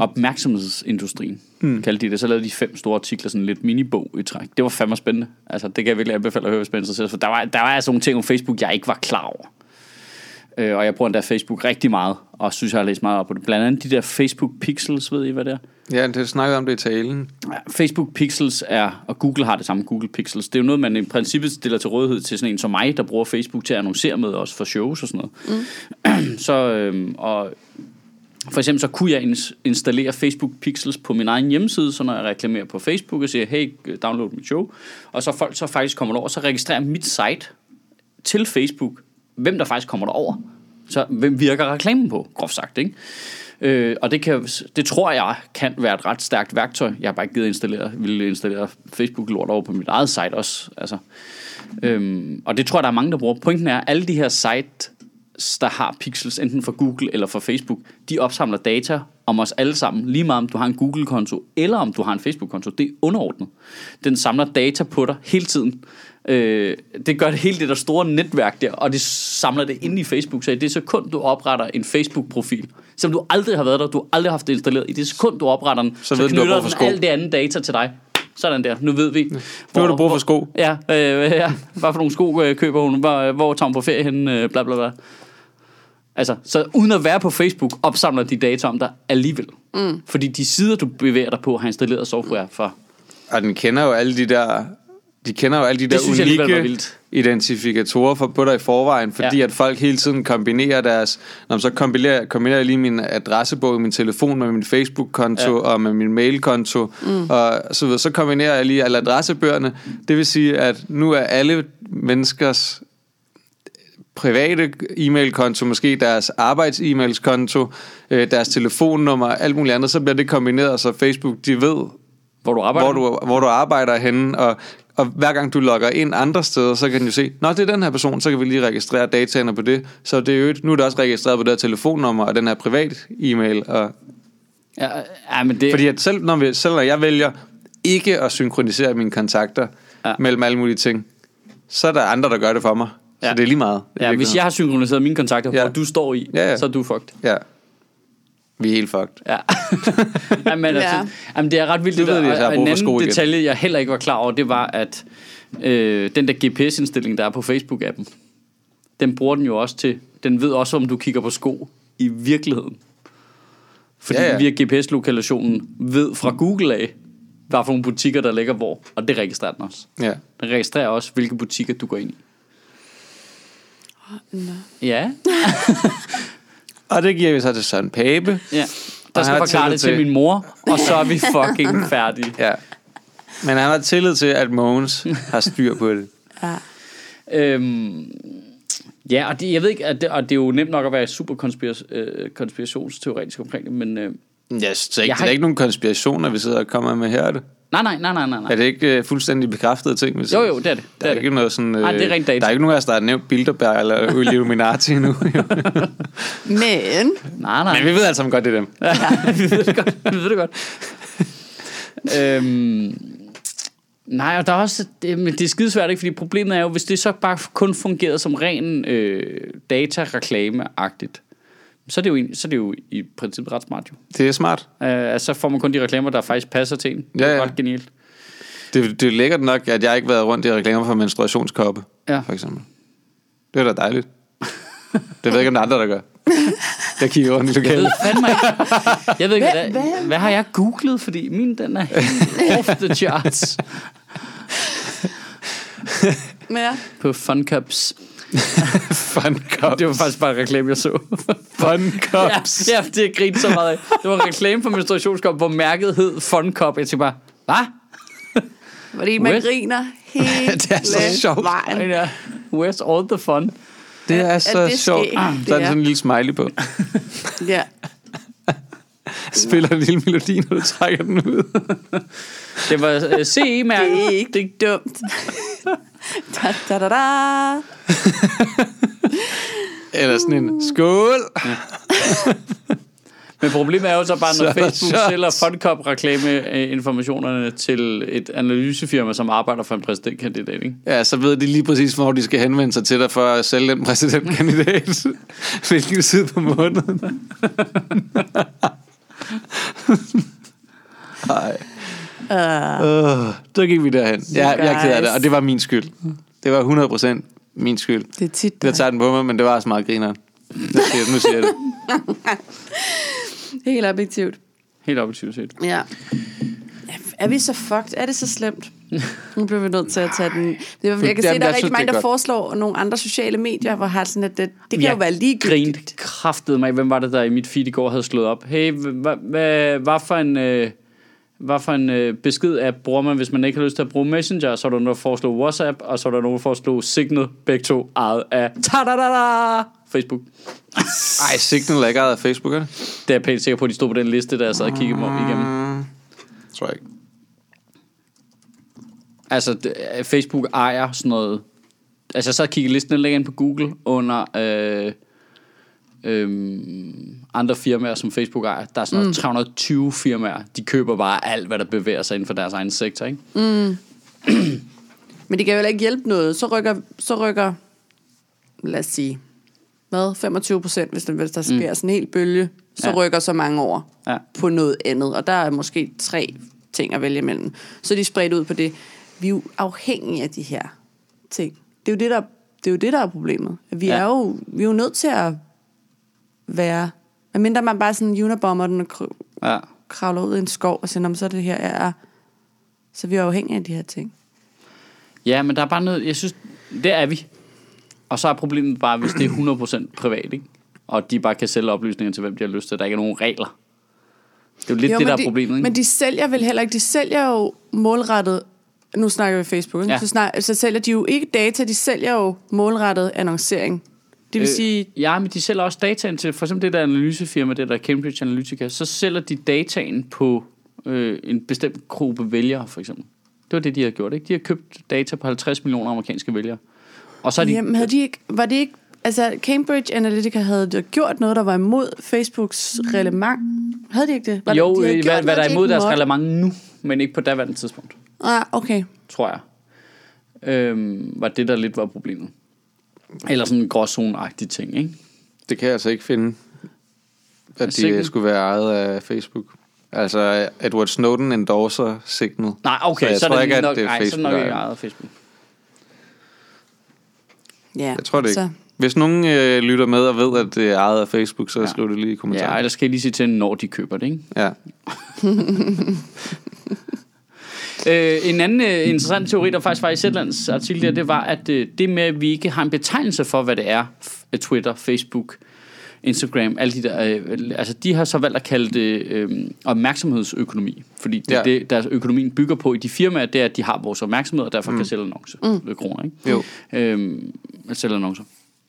opmærksomhedsindustrien, mm. kaldte de det. Så lavede de fem store artikler, sådan lidt minibog i træk. Det var fandme spændende. Altså, det kan jeg virkelig anbefale at høre, hvis man interesserer sig for. Der var, der var altså nogle ting om Facebook, jeg ikke var klar over. Øh, og jeg bruger endda Facebook rigtig meget, og synes, jeg har læst meget op på det. Blandt andet de der Facebook Pixels, ved I, hvad det er? Ja, det snakkede om det i talen. Ja, Facebook Pixels er, og Google har det samme, Google Pixels. Det er jo noget, man i princippet stiller til rådighed til sådan en som mig, der bruger Facebook til at annoncere med os for shows og sådan noget. Mm. så, øhm, og for eksempel så kunne jeg installere Facebook Pixels på min egen hjemmeside, så når jeg reklamerer på Facebook og siger, hey, download mit show, og så folk så faktisk kommer over, så registrerer mit site til Facebook, hvem der faktisk kommer derover. Så hvem virker reklamen på, groft sagt, ikke? Øh, og det, kan, det tror jeg kan være et ret stærkt værktøj. Jeg har bare ikke givet installere, ville installere Facebook-lort over på mit eget site også. Altså. Øhm, og det tror jeg, der er mange, der bruger. Pointen er, at alle de her sites, der har pixels, enten for Google eller for Facebook, de opsamler data om os alle sammen. Lige meget om du har en Google-konto, eller om du har en Facebook-konto. Det er underordnet. Den samler data på dig hele tiden. Øh, det gør det hele det der store netværk der, og det samler det inde i Facebook. Så i det sekund du opretter en Facebook-profil, som du aldrig har været der, du har aldrig haft det installeret, i det sekund du opretter den, så, så knytter den alt det andet data til dig. Sådan der, nu ved vi. Nu har du brug for sko. Ja, øh, ja, hvad for nogle sko øh, køber hun, hvor, hvor tager hun på ferie hen, øh, bla bla bla. Altså, så uden at være på Facebook, opsamler de data om dig alligevel. Mm. Fordi de sider, du bevæger dig på, har installeret software for. Og den kender jo alle de der... De kender jo alle de der unikke identifikatorer for på dig i forvejen, fordi ja. At folk hele tiden kombinerer deres... Når så kombinerer, kombinerer jeg lige min adressebog, min telefon med min Facebook-konto ja. Og med min mail-konto, mm. og så videre. Så kombinerer jeg lige alle adressebøgerne. Det vil sige, at nu er alle menneskers private e-mailkonto, måske deres arbejds-e-mailskonto, deres telefonnummer, alt muligt andet, så bliver det kombineret, så Facebook, de ved, hvor du arbejder, hvor du, hvor du arbejder henne, og Og hver gang du logger ind andre steder, så kan du jo se, nå, det er den her person, så kan vi lige registrere dataene på det. Så det er jo, nu er det også registreret på det her telefonnummer og den her privat e-mail. Og ja, ja, men det... Fordi at selv, når vi, selv når jeg vælger ikke at synkronisere mine kontakter ja. Mellem alle mulige ting, så er der andre, der gør det for mig. Ja. Så det er lige meget. Ja, hvis jeg har synkroniseret mine kontakter, ja. Hvor du står i, ja, ja. Så er du fucked. Ja. Vi er helt fucked. Ja. Jamen, altså, ja. Jamen, det er ret vildt. Det ved det jeg, og en anden detalje, jeg heller ikke var klar over, det var, at øh, den der G P S-indstilling, der er på Facebook-appen, den bruger den jo også til, den ved også, om du kigger på sko i virkeligheden. Fordi ja, ja. Via G P S-lokationen ved fra Google af, hvad for nogle butikker, der ligger hvor, og det registrerer den også. Ja. Den registrerer også, hvilke butikker du går ind i. Oh, no. Ja. Og det giver vi så til Søren Pape. Ja. Der skal forklare det til, til min mor, og så er vi fucking færdige. Ja. Men han har tillid til, at Mogens har styr på det. Ja. Øhm, ja, og det, jeg ved ikke, at det, og det er jo nemt nok at være super konspiration, øh, konspirationsteoretisk omkring det, men... Øh, yes, så ikke, det er ikke nogen konspirationer, vi sidder og kommer med her, er det? Nej, nej, nej, nej, nej. Er det ikke uh, fuldstændig bekræftede ting? Hvis jo, jo, det er det. Der er, er ikke det. Noget sådan... Uh, nej, det er rent data. Der er ikke nogen af os, der har nævnt Bilderberg eller Illuminati endnu. Men... Nej, nej. Men vi ved altså godt, det er dem. Ja, vi ved det godt. Vi ved det godt. øhm, nej, og der er også... Det, men det er skidesvært, ikke? Fordi problemet er jo, hvis det så bare kun fungerede som ren øh, data-reklame-agtigt, så er, det jo, så er det jo i princippet ret smart jo. Det er smart. Uh, så får man kun de reklamer, der faktisk passer til en. Det er ja, ja. Ret genialt. Det, det er lækkert nok, at jeg ikke har været rundt i reklamer for menstruationskoppe, ja. For eksempel. Det er da dejligt. Det ved jeg ikke, om der er andre, der gør. Der kigger rundt i lokalet. Jeg ved fandme ikke. Jeg ved ikke, hvad, hvad, hvad har jeg googlet? Fordi min, den er helt off the charts. Ja. På Fun Cups. Fun Cups. Det var faktisk bare reklame, jeg så. Fun Cups. Ja, ja, det er grint så meget af. Det var reklame for menstruationskop, hvor mærket hed Fun Cup. Jeg tænkte bare, hvad? Fordi man Where's... griner helt det er så sjovt. Ja. Where's all the fun? Det er så er det sjovt. Så er der sådan en lille smiley på. Ja. Spiller en lille melodi, når du trækker den ud. Det var uh, C E-mærket. Det er ikke det er dumt. Da, da, da, da. Eller sådan en skål. Ja. Men problemet er jo så bare, når så Facebook sælger FunCup-reklame-informationerne til et analysefirma, som arbejder for en præsidentkandidat, ikke? Ja, så ved de lige præcis, hvor de skal henvende sig til dig for at sælge den præsidentkandidat. Hvilken side på måneden. Nej. Uh. Uh, så gik vi derhen. Jeg, jeg er ked af det, og det var min skyld. Det var hundrede procent min skyld. Det er tit Jeg tager den på mig, men det var også meget grineren. Nu siger, nu siger jeg det. Helt objektivt. Helt objektivt set. Ja. Er vi så fucked? Er det så slemt? Nu bliver vi nødt til at tage den. Det er, jeg kan Jamen, se, der er jeg rigtig synes, mange, det er der godt. foreslår nogle andre sociale medier, hvor har sådan, at det, det kan Jeg jo være ligegyldigt. grinte kraftede mig. Hvem var det, der i mit feed i går havde slået op? Hey, hvad for en... Øh, hvad for en øh, besked app bruger man, hvis man ikke har lyst til at bruge Messenger? Så er der nogen, der foreslår WhatsApp, og så er der nogen, der foreslår Signal. Begge to ejet af ta-da-da-da! Facebook. Ej, Signal er ikke ejet af Facebook, er det? Det er jeg pænt sikker på, at de stod på den liste, der jeg sad og kiggede mig igennem. Mm, tror jeg ikke. Altså, det, Facebook ejer sådan noget... Altså, jeg sad og kiggede listen længere ind på Google under øh, øh, andre firmaer, som Facebook ejer. Der er sådan noget mm. tre hundrede og tyve firmaer. De køber bare alt, hvad der bevæger sig inden for deres egen sektor, ikke? Mm. Men det kan jo heller ikke hjælpe noget. Så rykker, så rykker lad os sige, hvad, femogtyve procent, hvis der, hvis der sker mm. sådan en hel bølge, så ja. rykker så mange over ja. på noget andet. Og der er måske tre ting at vælge imellem. Så er de spredt ud på det. Vi er jo afhængige af de her ting. Det er jo det, der, det er, jo det, der er problemet. Vi, ja. er jo, vi er jo nødt til at være... Medmindre man bare sådan unabomber den og kr- ja. kravler ud i en skov og siger, så er det her, jeg er... Så vi er afhængige af de her ting. Ja, men der er bare noget... Jeg synes, det er vi. Og så er problemet bare, hvis det er hundrede procent privat, ikke? Og de bare kan sælge oplysninger til, hvem de har lyst til. Der ikke er nogen regler. Det er jo lidt jo, det, der de, er problemet, ikke? Men de sælger vel heller ikke... De sælger jo målrettet... Nu snakker vi Facebook, ja. så, snak, så sælger de jo ikke data, de sælger jo målrettet annoncering. Det vil øh, sige... Ja, men de sælger også dataen til, for eksempel det der analysefirma, det der Cambridge Analytica, så sælger de dataen på øh, en bestemt gruppe vælgere, for eksempel. Det var det, de har gjort, ikke? De har købt data på halvtreds millioner amerikanske vælgere. Og så er de... Jamen, havde de ikke... Var det ikke... Altså, Cambridge Analytica havde gjort noget, der var imod Facebooks reglement. Havde de ikke det? Var jo, de hvad, gjort, hvad der er imod deres måtte? reglement nu, men ikke på daværende tidspunkt. Ah, okay. Tror jeg. Øhm, var det, der lidt var problemet. Eller sådan en gråzone-agtig ting, ikke? Det kan jeg altså ikke finde, at de Signal? skulle være ejet af Facebook. Altså, Edward Snowden endorser Signal. Nej, okay, så, jeg så tror er det ikke, ikke, nok, at det er ej, Facebook. Så er nok ikke ejet af Facebook. Ja, jeg tror det ikke. Så. Hvis nogen øh, lytter med og ved, at det er ejet af Facebook, så ja. skriv det lige i kommentaren. Ja, eller skal jeg lige sige til, når de køber det, ikke? Ja. øh, en anden øh, interessant teori, der faktisk var i Zetlands artikel der, det var, at øh, det med, at vi ikke har en betegnelse for, hvad det er, f- Twitter, Facebook, Instagram, alle de der, øh, altså de har så valgt at kalde det øh, opmærksomhedsøkonomi, fordi det, ja. det, deres økonomien bygger på i de firmaer, det er, at de har vores opmærksomhed, og derfor mm. kan sælge annoncer, mm. kroner, ikke? Jo. Øhm, at sælge annoncer.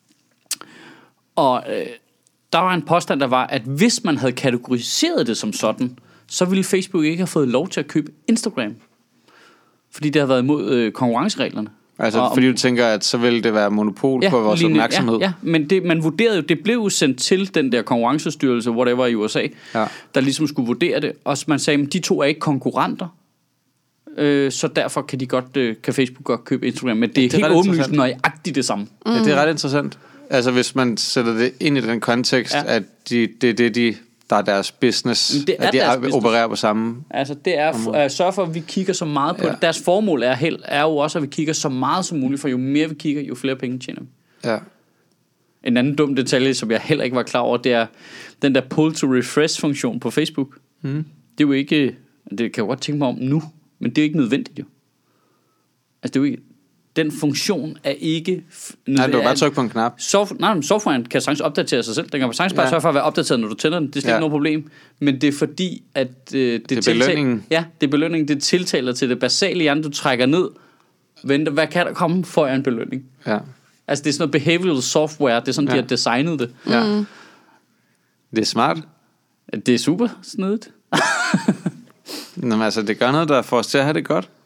Og øh, der var en påstand, der var, at hvis man havde kategoriseret det som sådan, så ville Facebook ikke have fået lov til at købe Instagram, fordi det har været imod øh, konkurrencereglerne. Altså, og, fordi du tænker, at så ville det være monopol ja, på vores lignende, opmærksomhed. Ja, ja, men det, man vurderede jo, det blev jo sendt til den der konkurrencestyrelse, whatever i U S A, ja. der ligesom skulle vurdere det, og man sagde, at de to er ikke konkurrenter, øh, så derfor kan de godt, øh, kan Facebook godt købe Instagram, men det er, ja, det er helt åbenlyst nøjagtigt det samme. Mm. Ja, det er ret interessant. Altså, hvis man sætter det ind i den kontekst, ja. at de, det er det, de... der er deres business, det er at de deres er, business. Opererer på samme. Altså det er at sørge for, at vi kigger så meget på ja. det. Deres formål er, held, er jo også, at vi kigger så meget som muligt, for jo mere vi kigger, jo flere penge tjener vi. Ja. En anden dum detalje, som jeg heller ikke var klar over, det er den der pull to refresh funktion på Facebook. Mm. Det er jo ikke, det kan jeg godt tænke mig om nu, men det er jo ikke nødvendigt jo. Altså det er jo ikke, den funktion er ikke... Nej, du kan bare trykke på en knap. Soft, nej, men softwaren kan sagtens opdatere sig selv. Den kan sagtens bare ja. sørge for at være opdateret, når du tænder den. Det er slet ja. ikke noget problem. Men det er fordi, at øh, det, det er belønningen. Ja, det er belønningen. Det tiltaler til det basale hjerne, du trækker ned. Venter, hvad kan der komme for en belønning? Ja. Altså, det er sådan noget behavioral software. Det er sådan, ja. de har designet det. Ja. Mm. Det er smart. Det er super snedigt. Nå, men altså, det gør noget, der får os til at have det godt.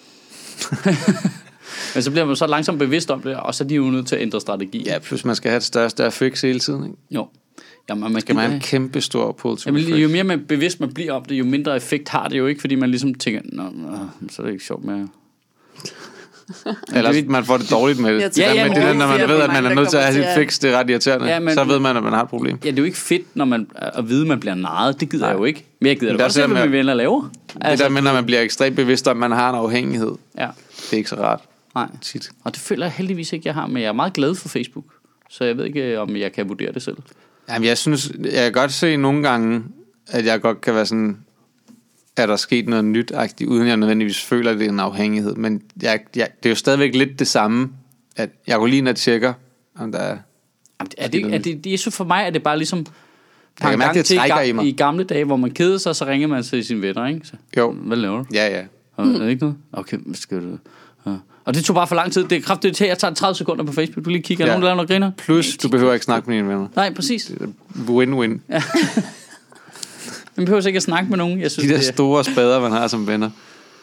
Men så bliver man så langsomt bevidst om det, og så er de jo nødt til at ændre strategi. Ja, plus man skal have et større, større fix hele tiden, ikke? Jo. Jamen, man skal man have en kæmpe stor pull to refresh. Jo mere man bevidst man bliver om det, jo mindre effekt har det jo ikke, fordi man ligesom tænker, nå, nå så er det ikke sjovt mere. Eller man får det dårligt med det. Jeg Det tror, der ja, med men det der, det når man er ved, at man mange, er der nødt til at have kommer sit til at- fix, det er ret irriterende. Ja, men- Så ved man, at man har et problem. Ja, det er jo ikke fedt, når man at vide, at man bliver narret. Det gider Nej. jeg jo ikke. Men jeg gider Men da der godt er se, det hvad med- mine venner laver. Det der med, når man bliver ekstremt bevidst om, at man har en afhængighed. Ja, Det er ikke så rart nej. tit. Og det føler jeg heldigvis ikke, jeg har. Men jeg er meget glad for Facebook. Så jeg ved ikke, om jeg kan vurdere det selv. Jamen, jeg synes, jeg kan godt se nogle gange, at jeg godt kan være sådan, at der er sket noget nyt-agtigt, uden jeg nødvendigvis føler, at det er en afhængighed. Men jeg, jeg, det er jo stadigvæk lidt det samme, at jeg går lige ind og tjekker, om der er... Jamen, er det, er det, det, jeg synes for mig, er det bare ligesom... Jeg kan mærke, det til trækker i, i mig. I gamle dage, hvor man kedede sig, så ringer man til sine venner, ikke? Så, Jo. hvad laver du? Ja, ja. Mm. Er det ikke noget? Okay, hvad skal du... Ja. Og det tog bare for lang tid. Det er kraftigt til, at jeg tager tredive sekunder på Facebook. Du lige kigger, Ja. ja. Nogen der laver noget griner. Plus, du behøver ikke snakke med dine venner. Nej, præcis. Win-win. Ja. Man behøver ikke at snakke med nogen. Jeg synes, De der det er, store spader, man har som venner.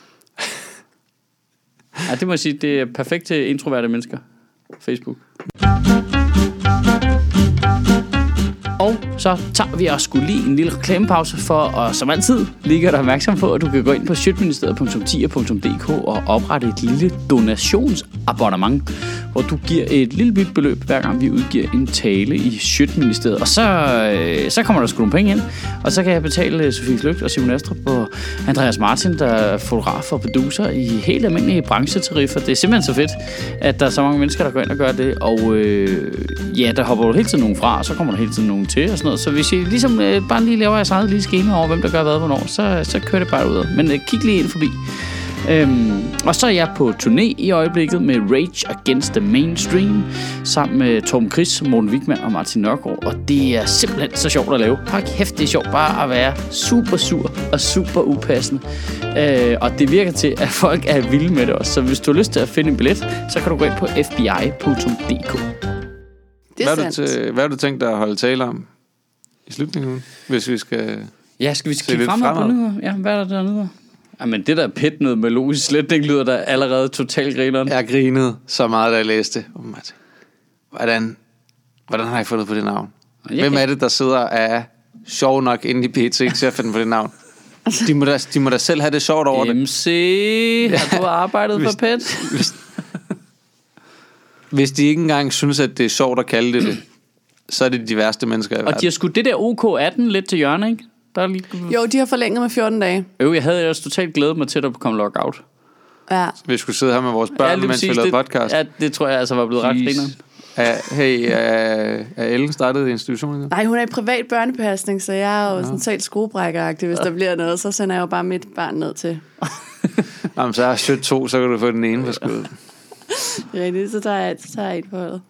ja, det må jeg sige, det er perfekt til introverte mennesker. Facebook. Og så tager vi også skulle lige en lille reklamepause for, og som altid lige gør dig opmærksom på, at du kan gå ind på sjøtministeriet punktum tier punktum d k og oprette et lille donationsabonnement, hvor du giver et lille bit beløb, hver gang vi udgiver en tale i Sjøtministeriet. Og så, øh, så kommer der sgu nogle penge ind, og så kan jeg betale Sofie Flygt og Simon Astrup og Andreas Martin, der er fotograf og producer i helt almindelige branchetariffer. Det er simpelthen så fedt, at der er så mange mennesker, der går ind og gør det. Og øh, ja, der hopper jo hele tiden nogen fra, og så kommer der hele tiden nogen til og sådan noget. Så hvis I ligesom øh, bare lige laver jeres eget lille skema over, hvem der gør hvad hvornår, så, så kører det bare ud. Men øh, kig lige ind forbi. Øhm, og så er jeg på turné i øjeblikket med Rage Against the Mainstream sammen med Torben Chris, Morten Wigman og Martin Nørgaard. Og det er simpelthen så sjovt at lave. Hold kæft, det er sjovt bare at være super sur og super upassende. øh, Og det virker til, at folk er vilde med det også. Så hvis du har lyst til at finde en billet, så kan du gå ind på f b i punktum d k. Det Hvad er har du, sandt. til, hvad har du tænkt dig at holde tale om i slutningen nu, hvis vi skal... Ja, skal vi Se kigge lidt fremad på fremad. nyheder? Ja, hvad er der dernede? Jamen, det der pet noget med logisk sletning lyder der allerede totalt grineren. Jeg grinede så meget, da jeg læste. Oh, Martin. Hvordan, hvordan har I fundet på det navn? Jeg Hvem kan- er det, der sidder og er sjov nok inde i P T til at finde på det navn? De må da, de må da selv have det sjovt over det. M C, har du arbejdet for pet? Hvis, hvis de ikke engang synes, at det er sjovt at kalde det det, så er det de værste mennesker i Og de verden. har skudt det der O K atten lidt til hjørne, ikke? Der er lige... Jo, de har forlænget med fjorten dage. Øv, jeg havde også totalt glædet mig til, at der kom lockout. Ja. Vi skulle sidde her med vores børn, lige mens vi præcis, lavede det, podcast. Ja, det tror jeg altså var blevet ret Jeez. grineren. Er, hey, er, er Ellen startet i institutionen? Nej, hun er i privat børnepasning, så jeg er jo sådan totalt skruebrækkeragtig. Hvis der bliver noget, så sender jeg jo bare mit barn ned til. Jamen, så er sødt to, så kan du få den ene på skuddet. Rigtigt, så tager jeg, så tager jeg et på holdet.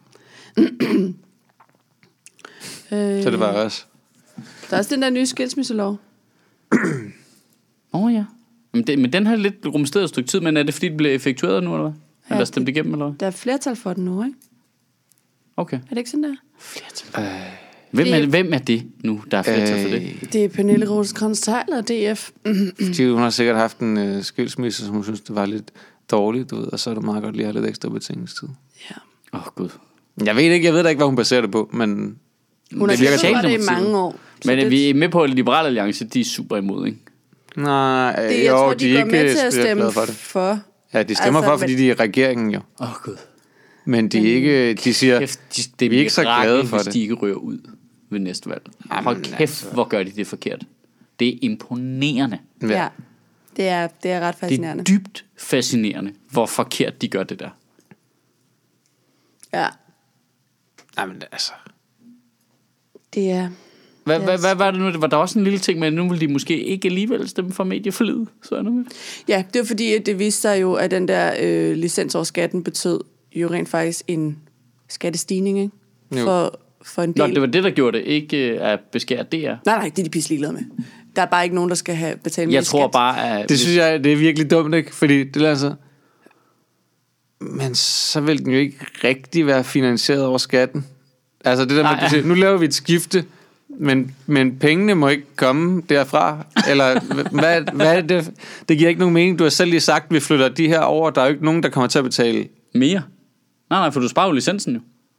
Så det var også. Der er også den der nye skilsmisselov. Åh oh, ja. Men, det, men den har lidt rumsteret et stykke tid, men er det fordi, det blev effektueret nu, eller hvad? Ja, Eller stemt igennem, eller hvad? Der er flertal for den nu, ikke? Okay. Er det ikke sådan der? Flertal. Øh. Hvem, er, hvem er det nu, der er flertal for det? Øh, Det er Pernille Rosenkrantz-Theil og D F. Fordi hun har sikkert haft en øh, skilsmisse, som hun synes, det var lidt dårligt, du ved, og så er det meget godt lige at have lidt ekstra betænkningstid. Ja. Åh, oh, gud. Jeg ved ikke, jeg ved da ikke, hvad hun baserer det på, men Hun har det virker kæmpet for det i Socialdemokratiet. mange år. Så Men er det, vi er med på, at Liberal Alliance, de er super imod, ikke? nej, det, jeg jo, tror, de, de er går ikke med til at specielt stemme glade for det. for. Ja, de stemmer Altså, for, fordi de er i regeringen jo. Åh, oh, gud. Men de er ikke, de siger, Kæft, de, det vi er ikke så glade for hvis det. de ikke rører ud ved næste valg. Jamen, Hold kæft, altså. hvor gør de det forkert. Det er imponerende. Ja, det er, det er ret Det er fascinerende. dybt fascinerende, hvor forkert de gør det der. Ja, Jamen, altså. det er... Hvad, Yes. hvad, hvad var det nu? Var der også en lille ting med, at nu vil de måske ikke alligevel stemme for medieforliget? Så er det med. Ja, det var fordi, at det viste sig jo, at den der øh, licens over skatten betød jo rent faktisk en skattestigning, ikke? Jo. For, for en del. Nå, det var det, der gjorde det, ikke uh, at beskære D R. Nej, nej, det er de pisse ligeglade med. Der er bare ikke nogen, der skal have betalt mere Jeg tror skat. bare, at... Det synes jeg, det er virkelig dumt, ikke? Fordi det er altså... Men så vil den jo ikke rigtig være finansieret over skatten. Altså det der med, Nej, at du siger, nu laver vi et skifte, men, men pengene må ikke komme derfra. Eller hvad, hvad er det? Det giver ikke nogen mening. Du har selv lige sagt, at vi flytter de her over. Der er jo ikke nogen, der kommer til at betale. Mere? Nej, nej, for du sparer jo licensen jo.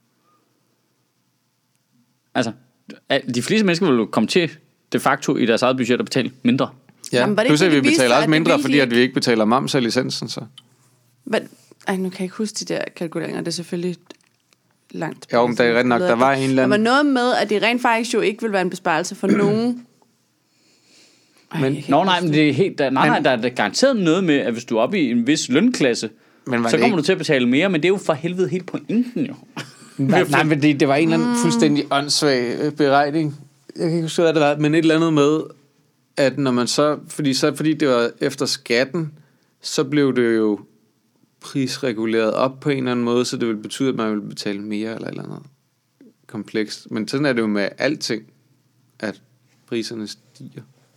Altså, de fleste mennesker vil jo komme til de facto i deres eget budget at betale mindre. Ja. Jamen, var det Plus ikke at det, vi de viste betaler sig, også at det mindre, ville fordi de at vi ikke betaler moms af licensen. Så. Hvad? Ej, nu kan jeg ikke huske de der kalkuleringer. Det er selvfølgelig langt. Jo, men det er ret nok, der var en eller anden... Der anden... var noget med, at det rent faktisk jo ikke vil være en besparelse for nogen. Ej, Men- Nå nej, men det er helt... Der, nej, nej, der er garanteret noget med, at hvis du er oppe i en vis lønklasse, Men var så det kommer ikke- du til at betale mere, men det er jo for helvede helt pointen jo. Nej, nej, men det, det var en eller anden fuldstændig åndssvag øh, beregning. Jeg kan ikke huske, hvad det var, men et eller andet med, at når man så... Fordi, så, fordi det var efter skatten, så blev det jo prisreguleret op på en eller anden måde, så det ville betyde, at man ville betale mere eller et eller andet komplekst. Men sådan er det jo med alting, at priserne stiger.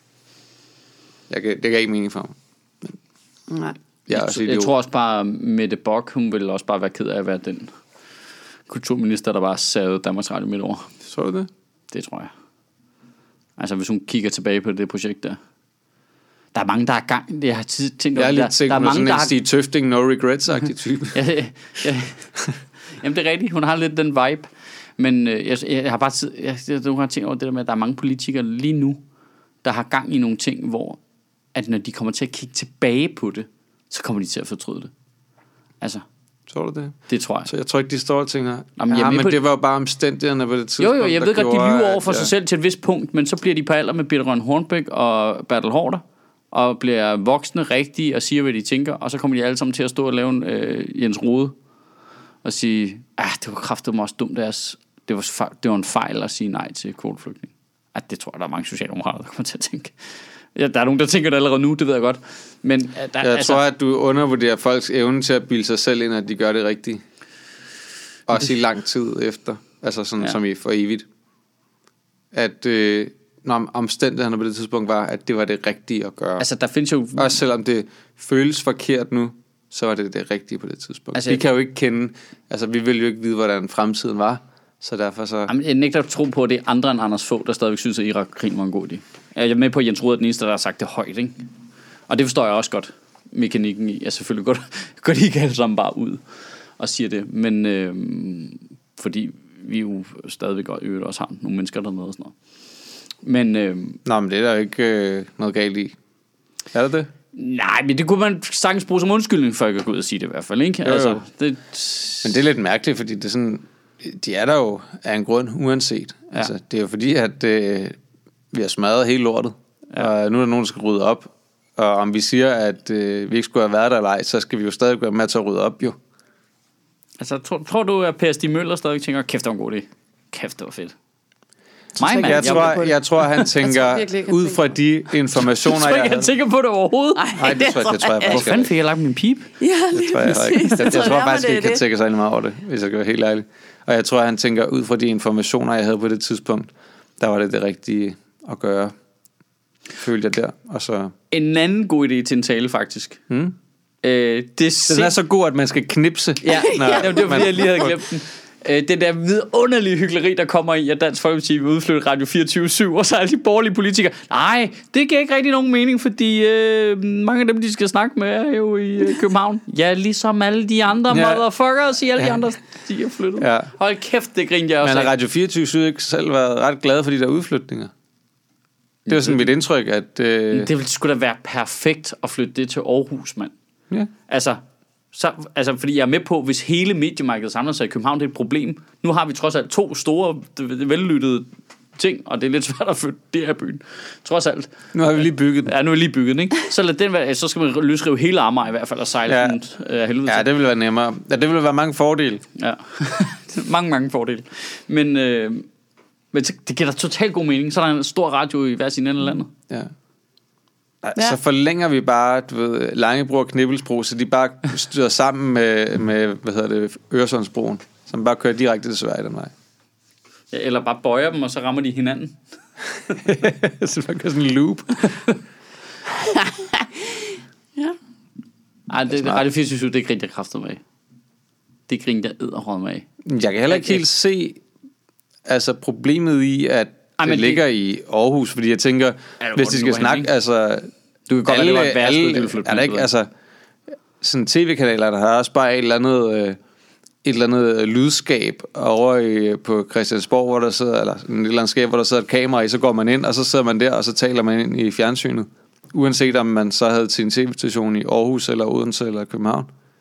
Jeg kan, det kan ikke mening for mig. Nej. Jeg, er Jeg, også jeg idiot. tror også bare, Mette Bock, hun ville også bare være ked af at være den kulturminister, der bare savede Danmarks Radio midt over. Så du det? Det tror jeg. Altså, hvis hun kigger tilbage på det projekt der. Der er mange, der er gang. Jeg har tid tænkt Jeg er over, lidt der, tænkt der er på mange, sådan der en har... Stig Tøfting, no regrets-agtig type. ja, ja. Jamen, det er rigtigt. Hun har lidt den vibe. Men øh, jeg, jeg har bare tid, jeg, jeg, jeg har tænkt over det der med, at der er mange politikere lige nu, der har gang i nogle ting, hvor at når de kommer til at kigge tilbage på det, så kommer de til at fortryde det. Altså, Tror du det? det tror jeg. Så jeg tror ikke, de står og tænker, Jamen, jeg er ja, med men på- det var jo bare omstændighederne på det Jo, tidspunkt, jo, jeg der ved godt, de gjorde, lyver over for at- sig selv til et vist punkt, men så bliver de på alder med Birthe Rønn Hornbæk og Bertel Haarder, og bliver voksne rigtige og siger, hvad de tænker, og så kommer de alle sammen til at stå og lave en øh, Jens Rode og sige, ah, det var kraftedeme også dumt deres, det var, fa- det var en fejl at sige nej til kvoteflygtning. Ah, det tror jeg, der er mange socialdemokrater, der kommer til at tænke. Ja, der er nogen, der tænker det allerede nu, det ved jeg godt. Men øh, der, Jeg altså, tror, at du undervurderer folks evne til at bilde sig selv ind, at de gør det rigtigt. Også i lang tid efter. Altså sådan Ja. ja. som i for evigt. At øh, når omstændighederne på det tidspunkt var, at det var det rigtige at gøre. altså, der findes jo... Også selvom det føles forkert nu, så var det det rigtige på det tidspunkt. Altså, Altså, vi kan jo ikke kende... Altså, vi vil jo ikke vide, hvordan fremtiden var. Så derfor så... Jamen, jeg nægter at tro på, at det er andre end Anders Fogh, der stadigvæk synes, at Irak-krigen var en god idé. Jeg er med på, at Jens Rohde er den eneste, der har sagt det højt, ikke? Og det forstår jeg også godt, mekanikken i. Jeg selvfølgelig godt, godt ikke alle sammen bare ud og siger det. Men øh, fordi vi jo stadigvæk øvrigt også har nogle mennesker dernede og sådan noget. Men øh, Nå, men det er der jo ikke øh, noget galt i. Er det det? nej, men det kunne man sagtens bruge som undskyldning, for at gå ud og sige det i hvert fald, ikke? Jo, jo. Altså, det, Men det er lidt mærkeligt, fordi det er sådan, de er der jo af en grund, uanset. Ja. Ja. Altså, det er jo fordi, at øh, vi har smadret hele lortet, Ja. ja. og nu er der nogen, der skal rydde op. Og om vi siger, at øh, vi ikke skulle have været der eller ej, så skal vi jo stadig være med til at rydde op, jo. altså, tror, tror du, at Per Stig Møller stadig tænker, kæft, det var en god idé? Kæft, det var fedt. Mig, ikke, mand, Jeg, jeg tror, er med på det. jeg tror, han tænker, virkelig ikke, han ud fra de informationer, Jeg tror jeg ikke, han havde... tænker på det overhovedet. Nej, det tror jeg, det tror jeg Hvor faktisk fanden ikke. fik jeg lagt min pip? Ja, Det tror jeg, jeg, ikke. jeg, jeg tror faktisk ikke, det han tænker særlig meget over det, hvis jeg skal være helt ærlig. Og jeg tror, han tænker, ud fra de informationer, jeg havde på det tidspunkt, der var det det rigtige at gøre. Følte jeg der, og så... En anden god idé til en tale, faktisk. Hmm? Øh, det Den er så god, at man skal knipse. Ja, Når ja, det var man- fordi, jeg lige havde glemt den. Øh, det der vidunderlige hyggeleri, der kommer i, at Dansk Folkeparti vil udflytte Radio fireogtyve syv, og så er de borgerlige politikere. Nej, det giver ikke rigtig nogen mening, fordi øh, mange af dem, de skal snakke med, er jo i øh, København. Ja, ligesom alle de andre Ja. motherfuckers i alle de Ja. andre, de er flyttet. Ja. Hold kæft, det griner jeg også Men har af. Radio fireogtyve syv ikke selv været ret glade for de der udflytninger? Det var sådan mit indtryk, at... Øh, Det ville sgu da være perfekt at flytte det til Aarhus, mand. ja. Altså, så, altså, fordi jeg er med på, hvis hele mediemarkedet samler sig i København, det er et problem. Nu har vi trods alt to store, vellyttede ting, og det er lidt svært at flytte det her byen. Trods alt. Nu har vi lige bygget den. Ja, nu er lige bygget, ikke? Så lad den være, så skal man løsrive hele Amager i hvert fald, og sejle Ja. den af helvede Ja, til. det ville være nemmere. Ja, det ville være mange fordele. Ja. mange, mange fordele. Men, øh, men det det giver da totalt god mening. Så er der en stor radio i hver sin ende af landet. Ja. Ja. Så forlænger vi bare, du ved, Langebro og Knibbelsbro, så de bare styrer sammen med, med hvad hedder det, Øresundsbroen, som bare kører direkte til Sverige den vej. Ja, eller bare bøjer dem, og så rammer de hinanden. Så man kører sådan en loop. Ja. Ej, det, det Radio fireogtyve syv, det grinte jeg kraftet med af. Det grinte jeg edderrød med af. Jeg kan heller ikke helt se altså problemet i, at Ej, det men ligger det... i Aarhus, fordi jeg tænker, Ja, hvis hvor de den nu skal var henne, snakke, altså... Du kan godt være, det var et værsted, de ville flytte er der ikke, altså, sådan tv-kanaler, der har også bare et eller andet, øh, et eller andet øh, lydskab over i, på Christiansborg, hvor der sidder, eller en eller anden skab, hvor der sidder et kamera i, så går man ind, og så sidder man der, og så taler man ind i fjernsynet. Uanset om man så havde til en tv-station i Aarhus, eller Odense, eller København.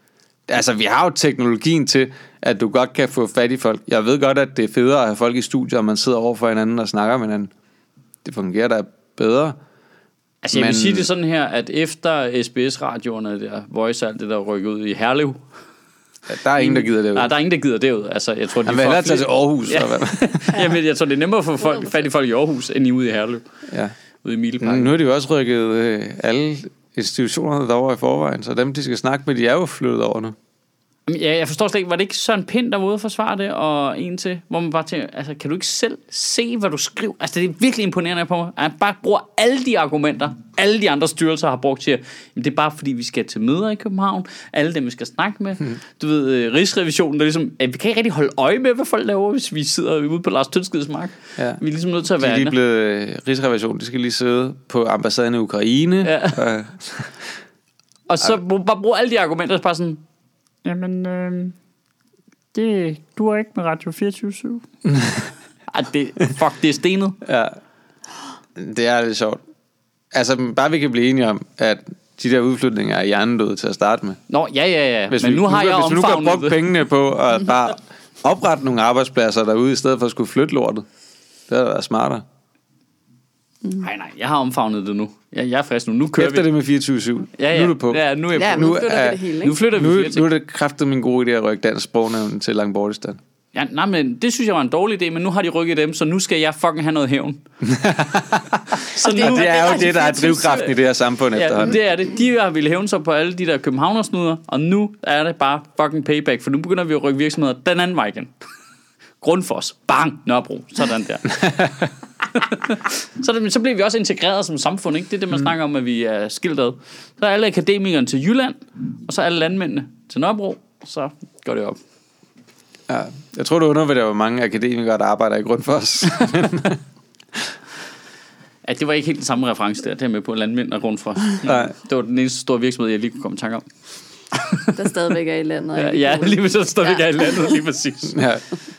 Altså, vi har jo teknologien til, at du godt kan få fat i folk. Jeg ved godt, at det er federe at have folk i studier, og man sidder over for hinanden og snakker med hinanden. Det fungerer da bedre. Altså, jeg men... vil sige det sådan her, at efter S B S-radioerne der, Voice alt det der rykker ud i Herlev, ja, der er ingen, der gider det ud. Nej, der er ingen, der gider det ud. Altså, jeg tror, de Han vil hellere tage til Aarhus. Ja. Jamen, jeg tror, det er nemmere at få folk, fat i folk i Aarhus, end i ude i Herlev. Ja. Ude i Mileparken. Nu har de jo også rykket øh, alle institutionerne derovre i forvejen, så dem, de skal snakke med, de er jo flyttet over nu. Ja, jeg forstår slet ikke, var det ikke Søren Pind, der var ude og forsvare det, og en til, hvor man bare tænker, altså, kan du ikke selv se, hvad du skriver? Altså, det er virkelig imponerende på mig, at han bare bruger alle de argumenter, alle de andre styrelser har brugt til, jamen, det er bare fordi, vi skal til møder i København, alle dem, vi skal snakke med. Hmm. Du ved, Rigsrevisionen, der ligesom, at vi kan ikke rigtig holde øje med, hvad folk laver, hvis vi sidder ude på Lars Tønskids mark. Ja. Vi er ligesom nødt til at være de er lige blevet, Rigsrevisionen, de skal lige sidde på ambassaden i Ukraine. Ja. Og, og så bare bruge alle de argumenter, bare sådan, jamen, øh, det duer ikke med Radio fireogtyve syv. Ej, det, fuck, det er stenet. Ja, det er lidt sjovt. Altså, bare vi kan blive enige om, at de der udflytninger er hjernedøde til at starte med. Nå, ja, ja, ja. Hvis men vi, nu har nu, jeg hvis vi nu kan bruge det. pengene på at bare oprette nogle arbejdspladser derude, i stedet for at skulle flytte lortet. Det havde været smartere. Nej, nej, jeg har omfavnet det nu. Jeg, jeg er frisk nu. Nu kører Efter vi. det med fireogtyve syv. Ja, ja. Nu er du på. Ja, nu er jeg Ja, på. nu Nu flytter er- vi det hele, ikke? Nu flytter vi Nu, flere ting. nu er det kraftet min gode idé at rykke dansk sprognævn til Langbordistan. Ja, nej, men det synes jeg var en dårlig idé, men nu har de rykket dem, så nu skal jeg fucking have noget hævn. Så det er nu, Og det er jo Radio det, der er drivkraften i det her samfund ja, efterhånden. det er det. De har ville hævne sig på alle de der københavnersnuder, og nu er det bare fucking payback, for nu begynder vi at rykke virksomheder den anden vej igen. Grundfos. Bang! Nørrebro. Sådan der. så, det, så bliver vi også integreret som samfund, ikke? Det er det, man mm. snakker om, at vi er skilt ad. Så er alle akademikerne til Jylland, og så er alle landmændene til Nørrebro, så går det op. Ja, jeg tror, du undervurderer, hvor mange akademikere, der arbejder i Grundfos. Ja, det var ikke helt den samme reference der, det her med på landmænd og Grundfos. Nej. Det var den eneste store virksomhed, jeg lige kunne komme i tanke om. Der stadigvæk er i landet. Ja, ja lige med så stadigvæk ja. er i landet, lige præcis. Ja.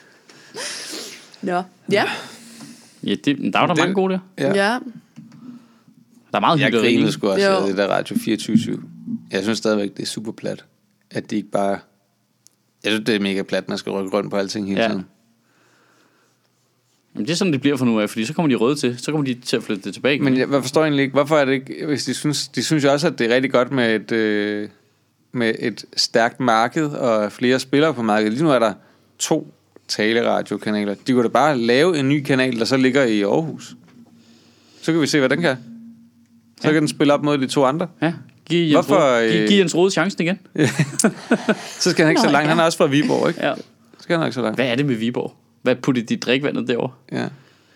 Ja. Ja. Ja, det, der var der det, mange gode der. Ja. Ja. Der er meget Jeg hyggeligt. grinede sgu også Jo. af det der Radio fireogtyve syv. Jeg synes stadigvæk, det er super plat. At de ikke bare... Jeg synes, det er mega plat, man skal rykke rundt på alting hele Ja. tiden. Jamen, det er sådan, det bliver for nu af, fordi så kommer de røde til. Så kommer de til at flytte det tilbage. Men jeg, jeg forstår egentlig ikke, hvorfor er det ikke... Hvis de synes, de synes jo også, at det er rigtig godt med et, øh, med et stærkt marked og flere spillere på markedet. Lige nu er der to taleradiokanaler. De kunne da bare lave en ny kanal, der så ligger i Aarhus. Så kan vi se, hvad den kan. Så Ja. kan den spille op mod de to andre. Ja, giv Jens, Hvorfor, Rode, giv, øh, giv Jens Rode chancen igen. Så skal han ikke Nå, så langt. ja. Han er også fra Viborg, ikke? Ja. Så skal han ikke så langt. Hvad er det med Viborg? Hvad puttede de drikvandet derovre? Ja.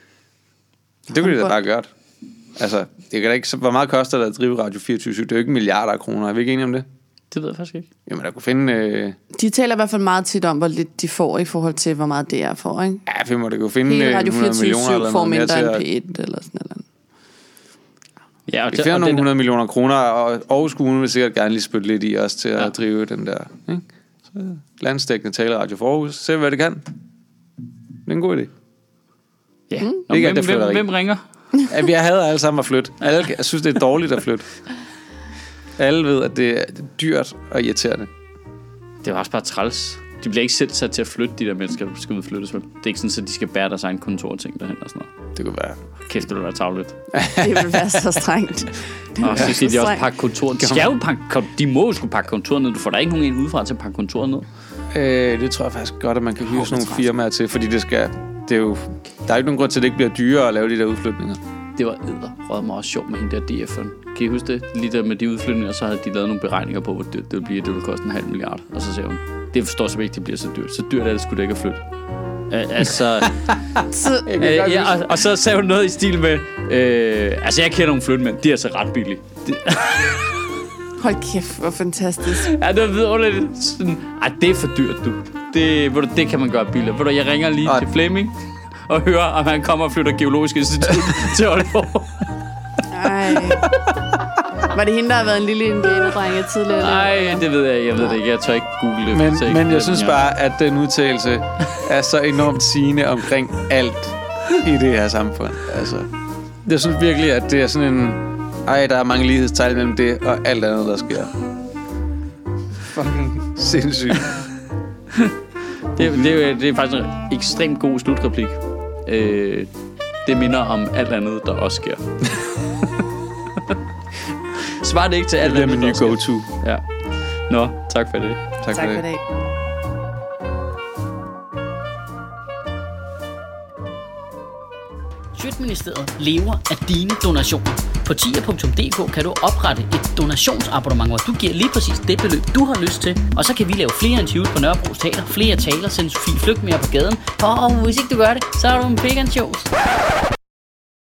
Det kunne de da bare gøre. Altså, det kan da ikke, så- hvor meget koster det at drive Radio fireogtyve syv? Det er jo ikke milliarder af kroner. Er vi ikke enige om det? Det ved jeg faktisk ikke. Jamen, der kunne finde... Øh, De taler i hvert fald meget tit om, hvor lidt de får i forhold til, hvor meget det er for, ikke? ja, vi må da kunne finde Hele øh, Radio hundrede fireogtyve millioner eller syv får noget mere mindre til end at... P et eller sådan noget. Ja, og, Vi til, finder og nogle den, hundrede millioner kroner, og Aarhus Kommune vil sikkert gerne lige spytte lidt i os til at Ja. drive den der, ikke? Så landstækkende taleradio for Aarhus. Se, hvad det kan. Det er en god idé. ja. Mm. Nå, Ikke, at hvem, det flytter hvem, ikke. hvem ringer? Ja, vi hader alle sammen at flytte. Alle, jeg synes, det er dårligt at flytte. Alle ved, at det er dyrt og irriterende. Det var også bare træls. De bliver ikke selv sat til at flytte, de der mennesker, der skal udflyttes. Det er ikke sådan, at de skal bære deres egen kontorting derhen og sådan noget. Det kunne være. Kæft, det ville være tavligt. Det vil være så strengt. Og så skal de også strengt. pakke kontoret. De skal jo pakke, de må jo skulle pakke kontoret ned. Du får da ikke nogen en udefra til at pakke kontoret ned. Øh, det tror jeg faktisk godt, at man kan hyre sådan nogle firmaer til, fordi det skal... Det er jo, der er ikke nogen grund til, at det ikke bliver dyrere at lave de der udflytninger. Det var edderrød mig også sjovt med hende der D F'eren. Kan I huske det? Lige der med de udflytninger, så havde de lavet nogle beregninger på, hvor det, det ville blive, det ville koste en halv milliard. Og så siger hun, det forstår jeg ikke, det bliver så dyrt. Så dyrt er det sgu da ikke at flytte. Uh, altså, Så, uh, ja, og, og så sagde hun noget i stil med, uh, altså jeg kender nogle flyttemænd, de er altså ret billige. Det, hold kæft, hvor fantastisk. ja, det var vidunderligt. Sådan, ej, det er for dyrt, du. Det, ved du, det kan man gøre billigere. Ved du, jeg ringer lige Ej. til Flemming og hører, om han kommer og flytter Geologisk Institut til Aalborg. Ej. Var det hende, der har været en lille indianerdrenge tidligere? Nej, det ved jeg ikke. Jeg ved det ikke. Jeg tør ikke google det. Men, så ikke men jeg den synes her. bare, at den udtalelse er så enormt sigende omkring alt i det her samfund. Altså, jeg synes virkelig, at det er sådan en... Ej, der er mange lighedstegn mellem det og alt andet, der sker. fucking sindssygt. det, det, det er faktisk en ekstremt god slutreplik. Øh, det minder om alt andet, der også sker. Svar det ikke til alt andet, der min nye go-to. Ja. Nå, tak for det. Tak, Tak for for det. det. Sjøtministeriet lever af dine donationer. På tier punktum d k kan du oprette et donationsabonnement, hvor du giver lige præcis det beløb, du har lyst til. Og så kan vi lave flere interviews på Nørrebro Teater, flere taler, sende Sofie Flygt mere på gaden. Og hvis ikke du gør det, så er du en big and shows.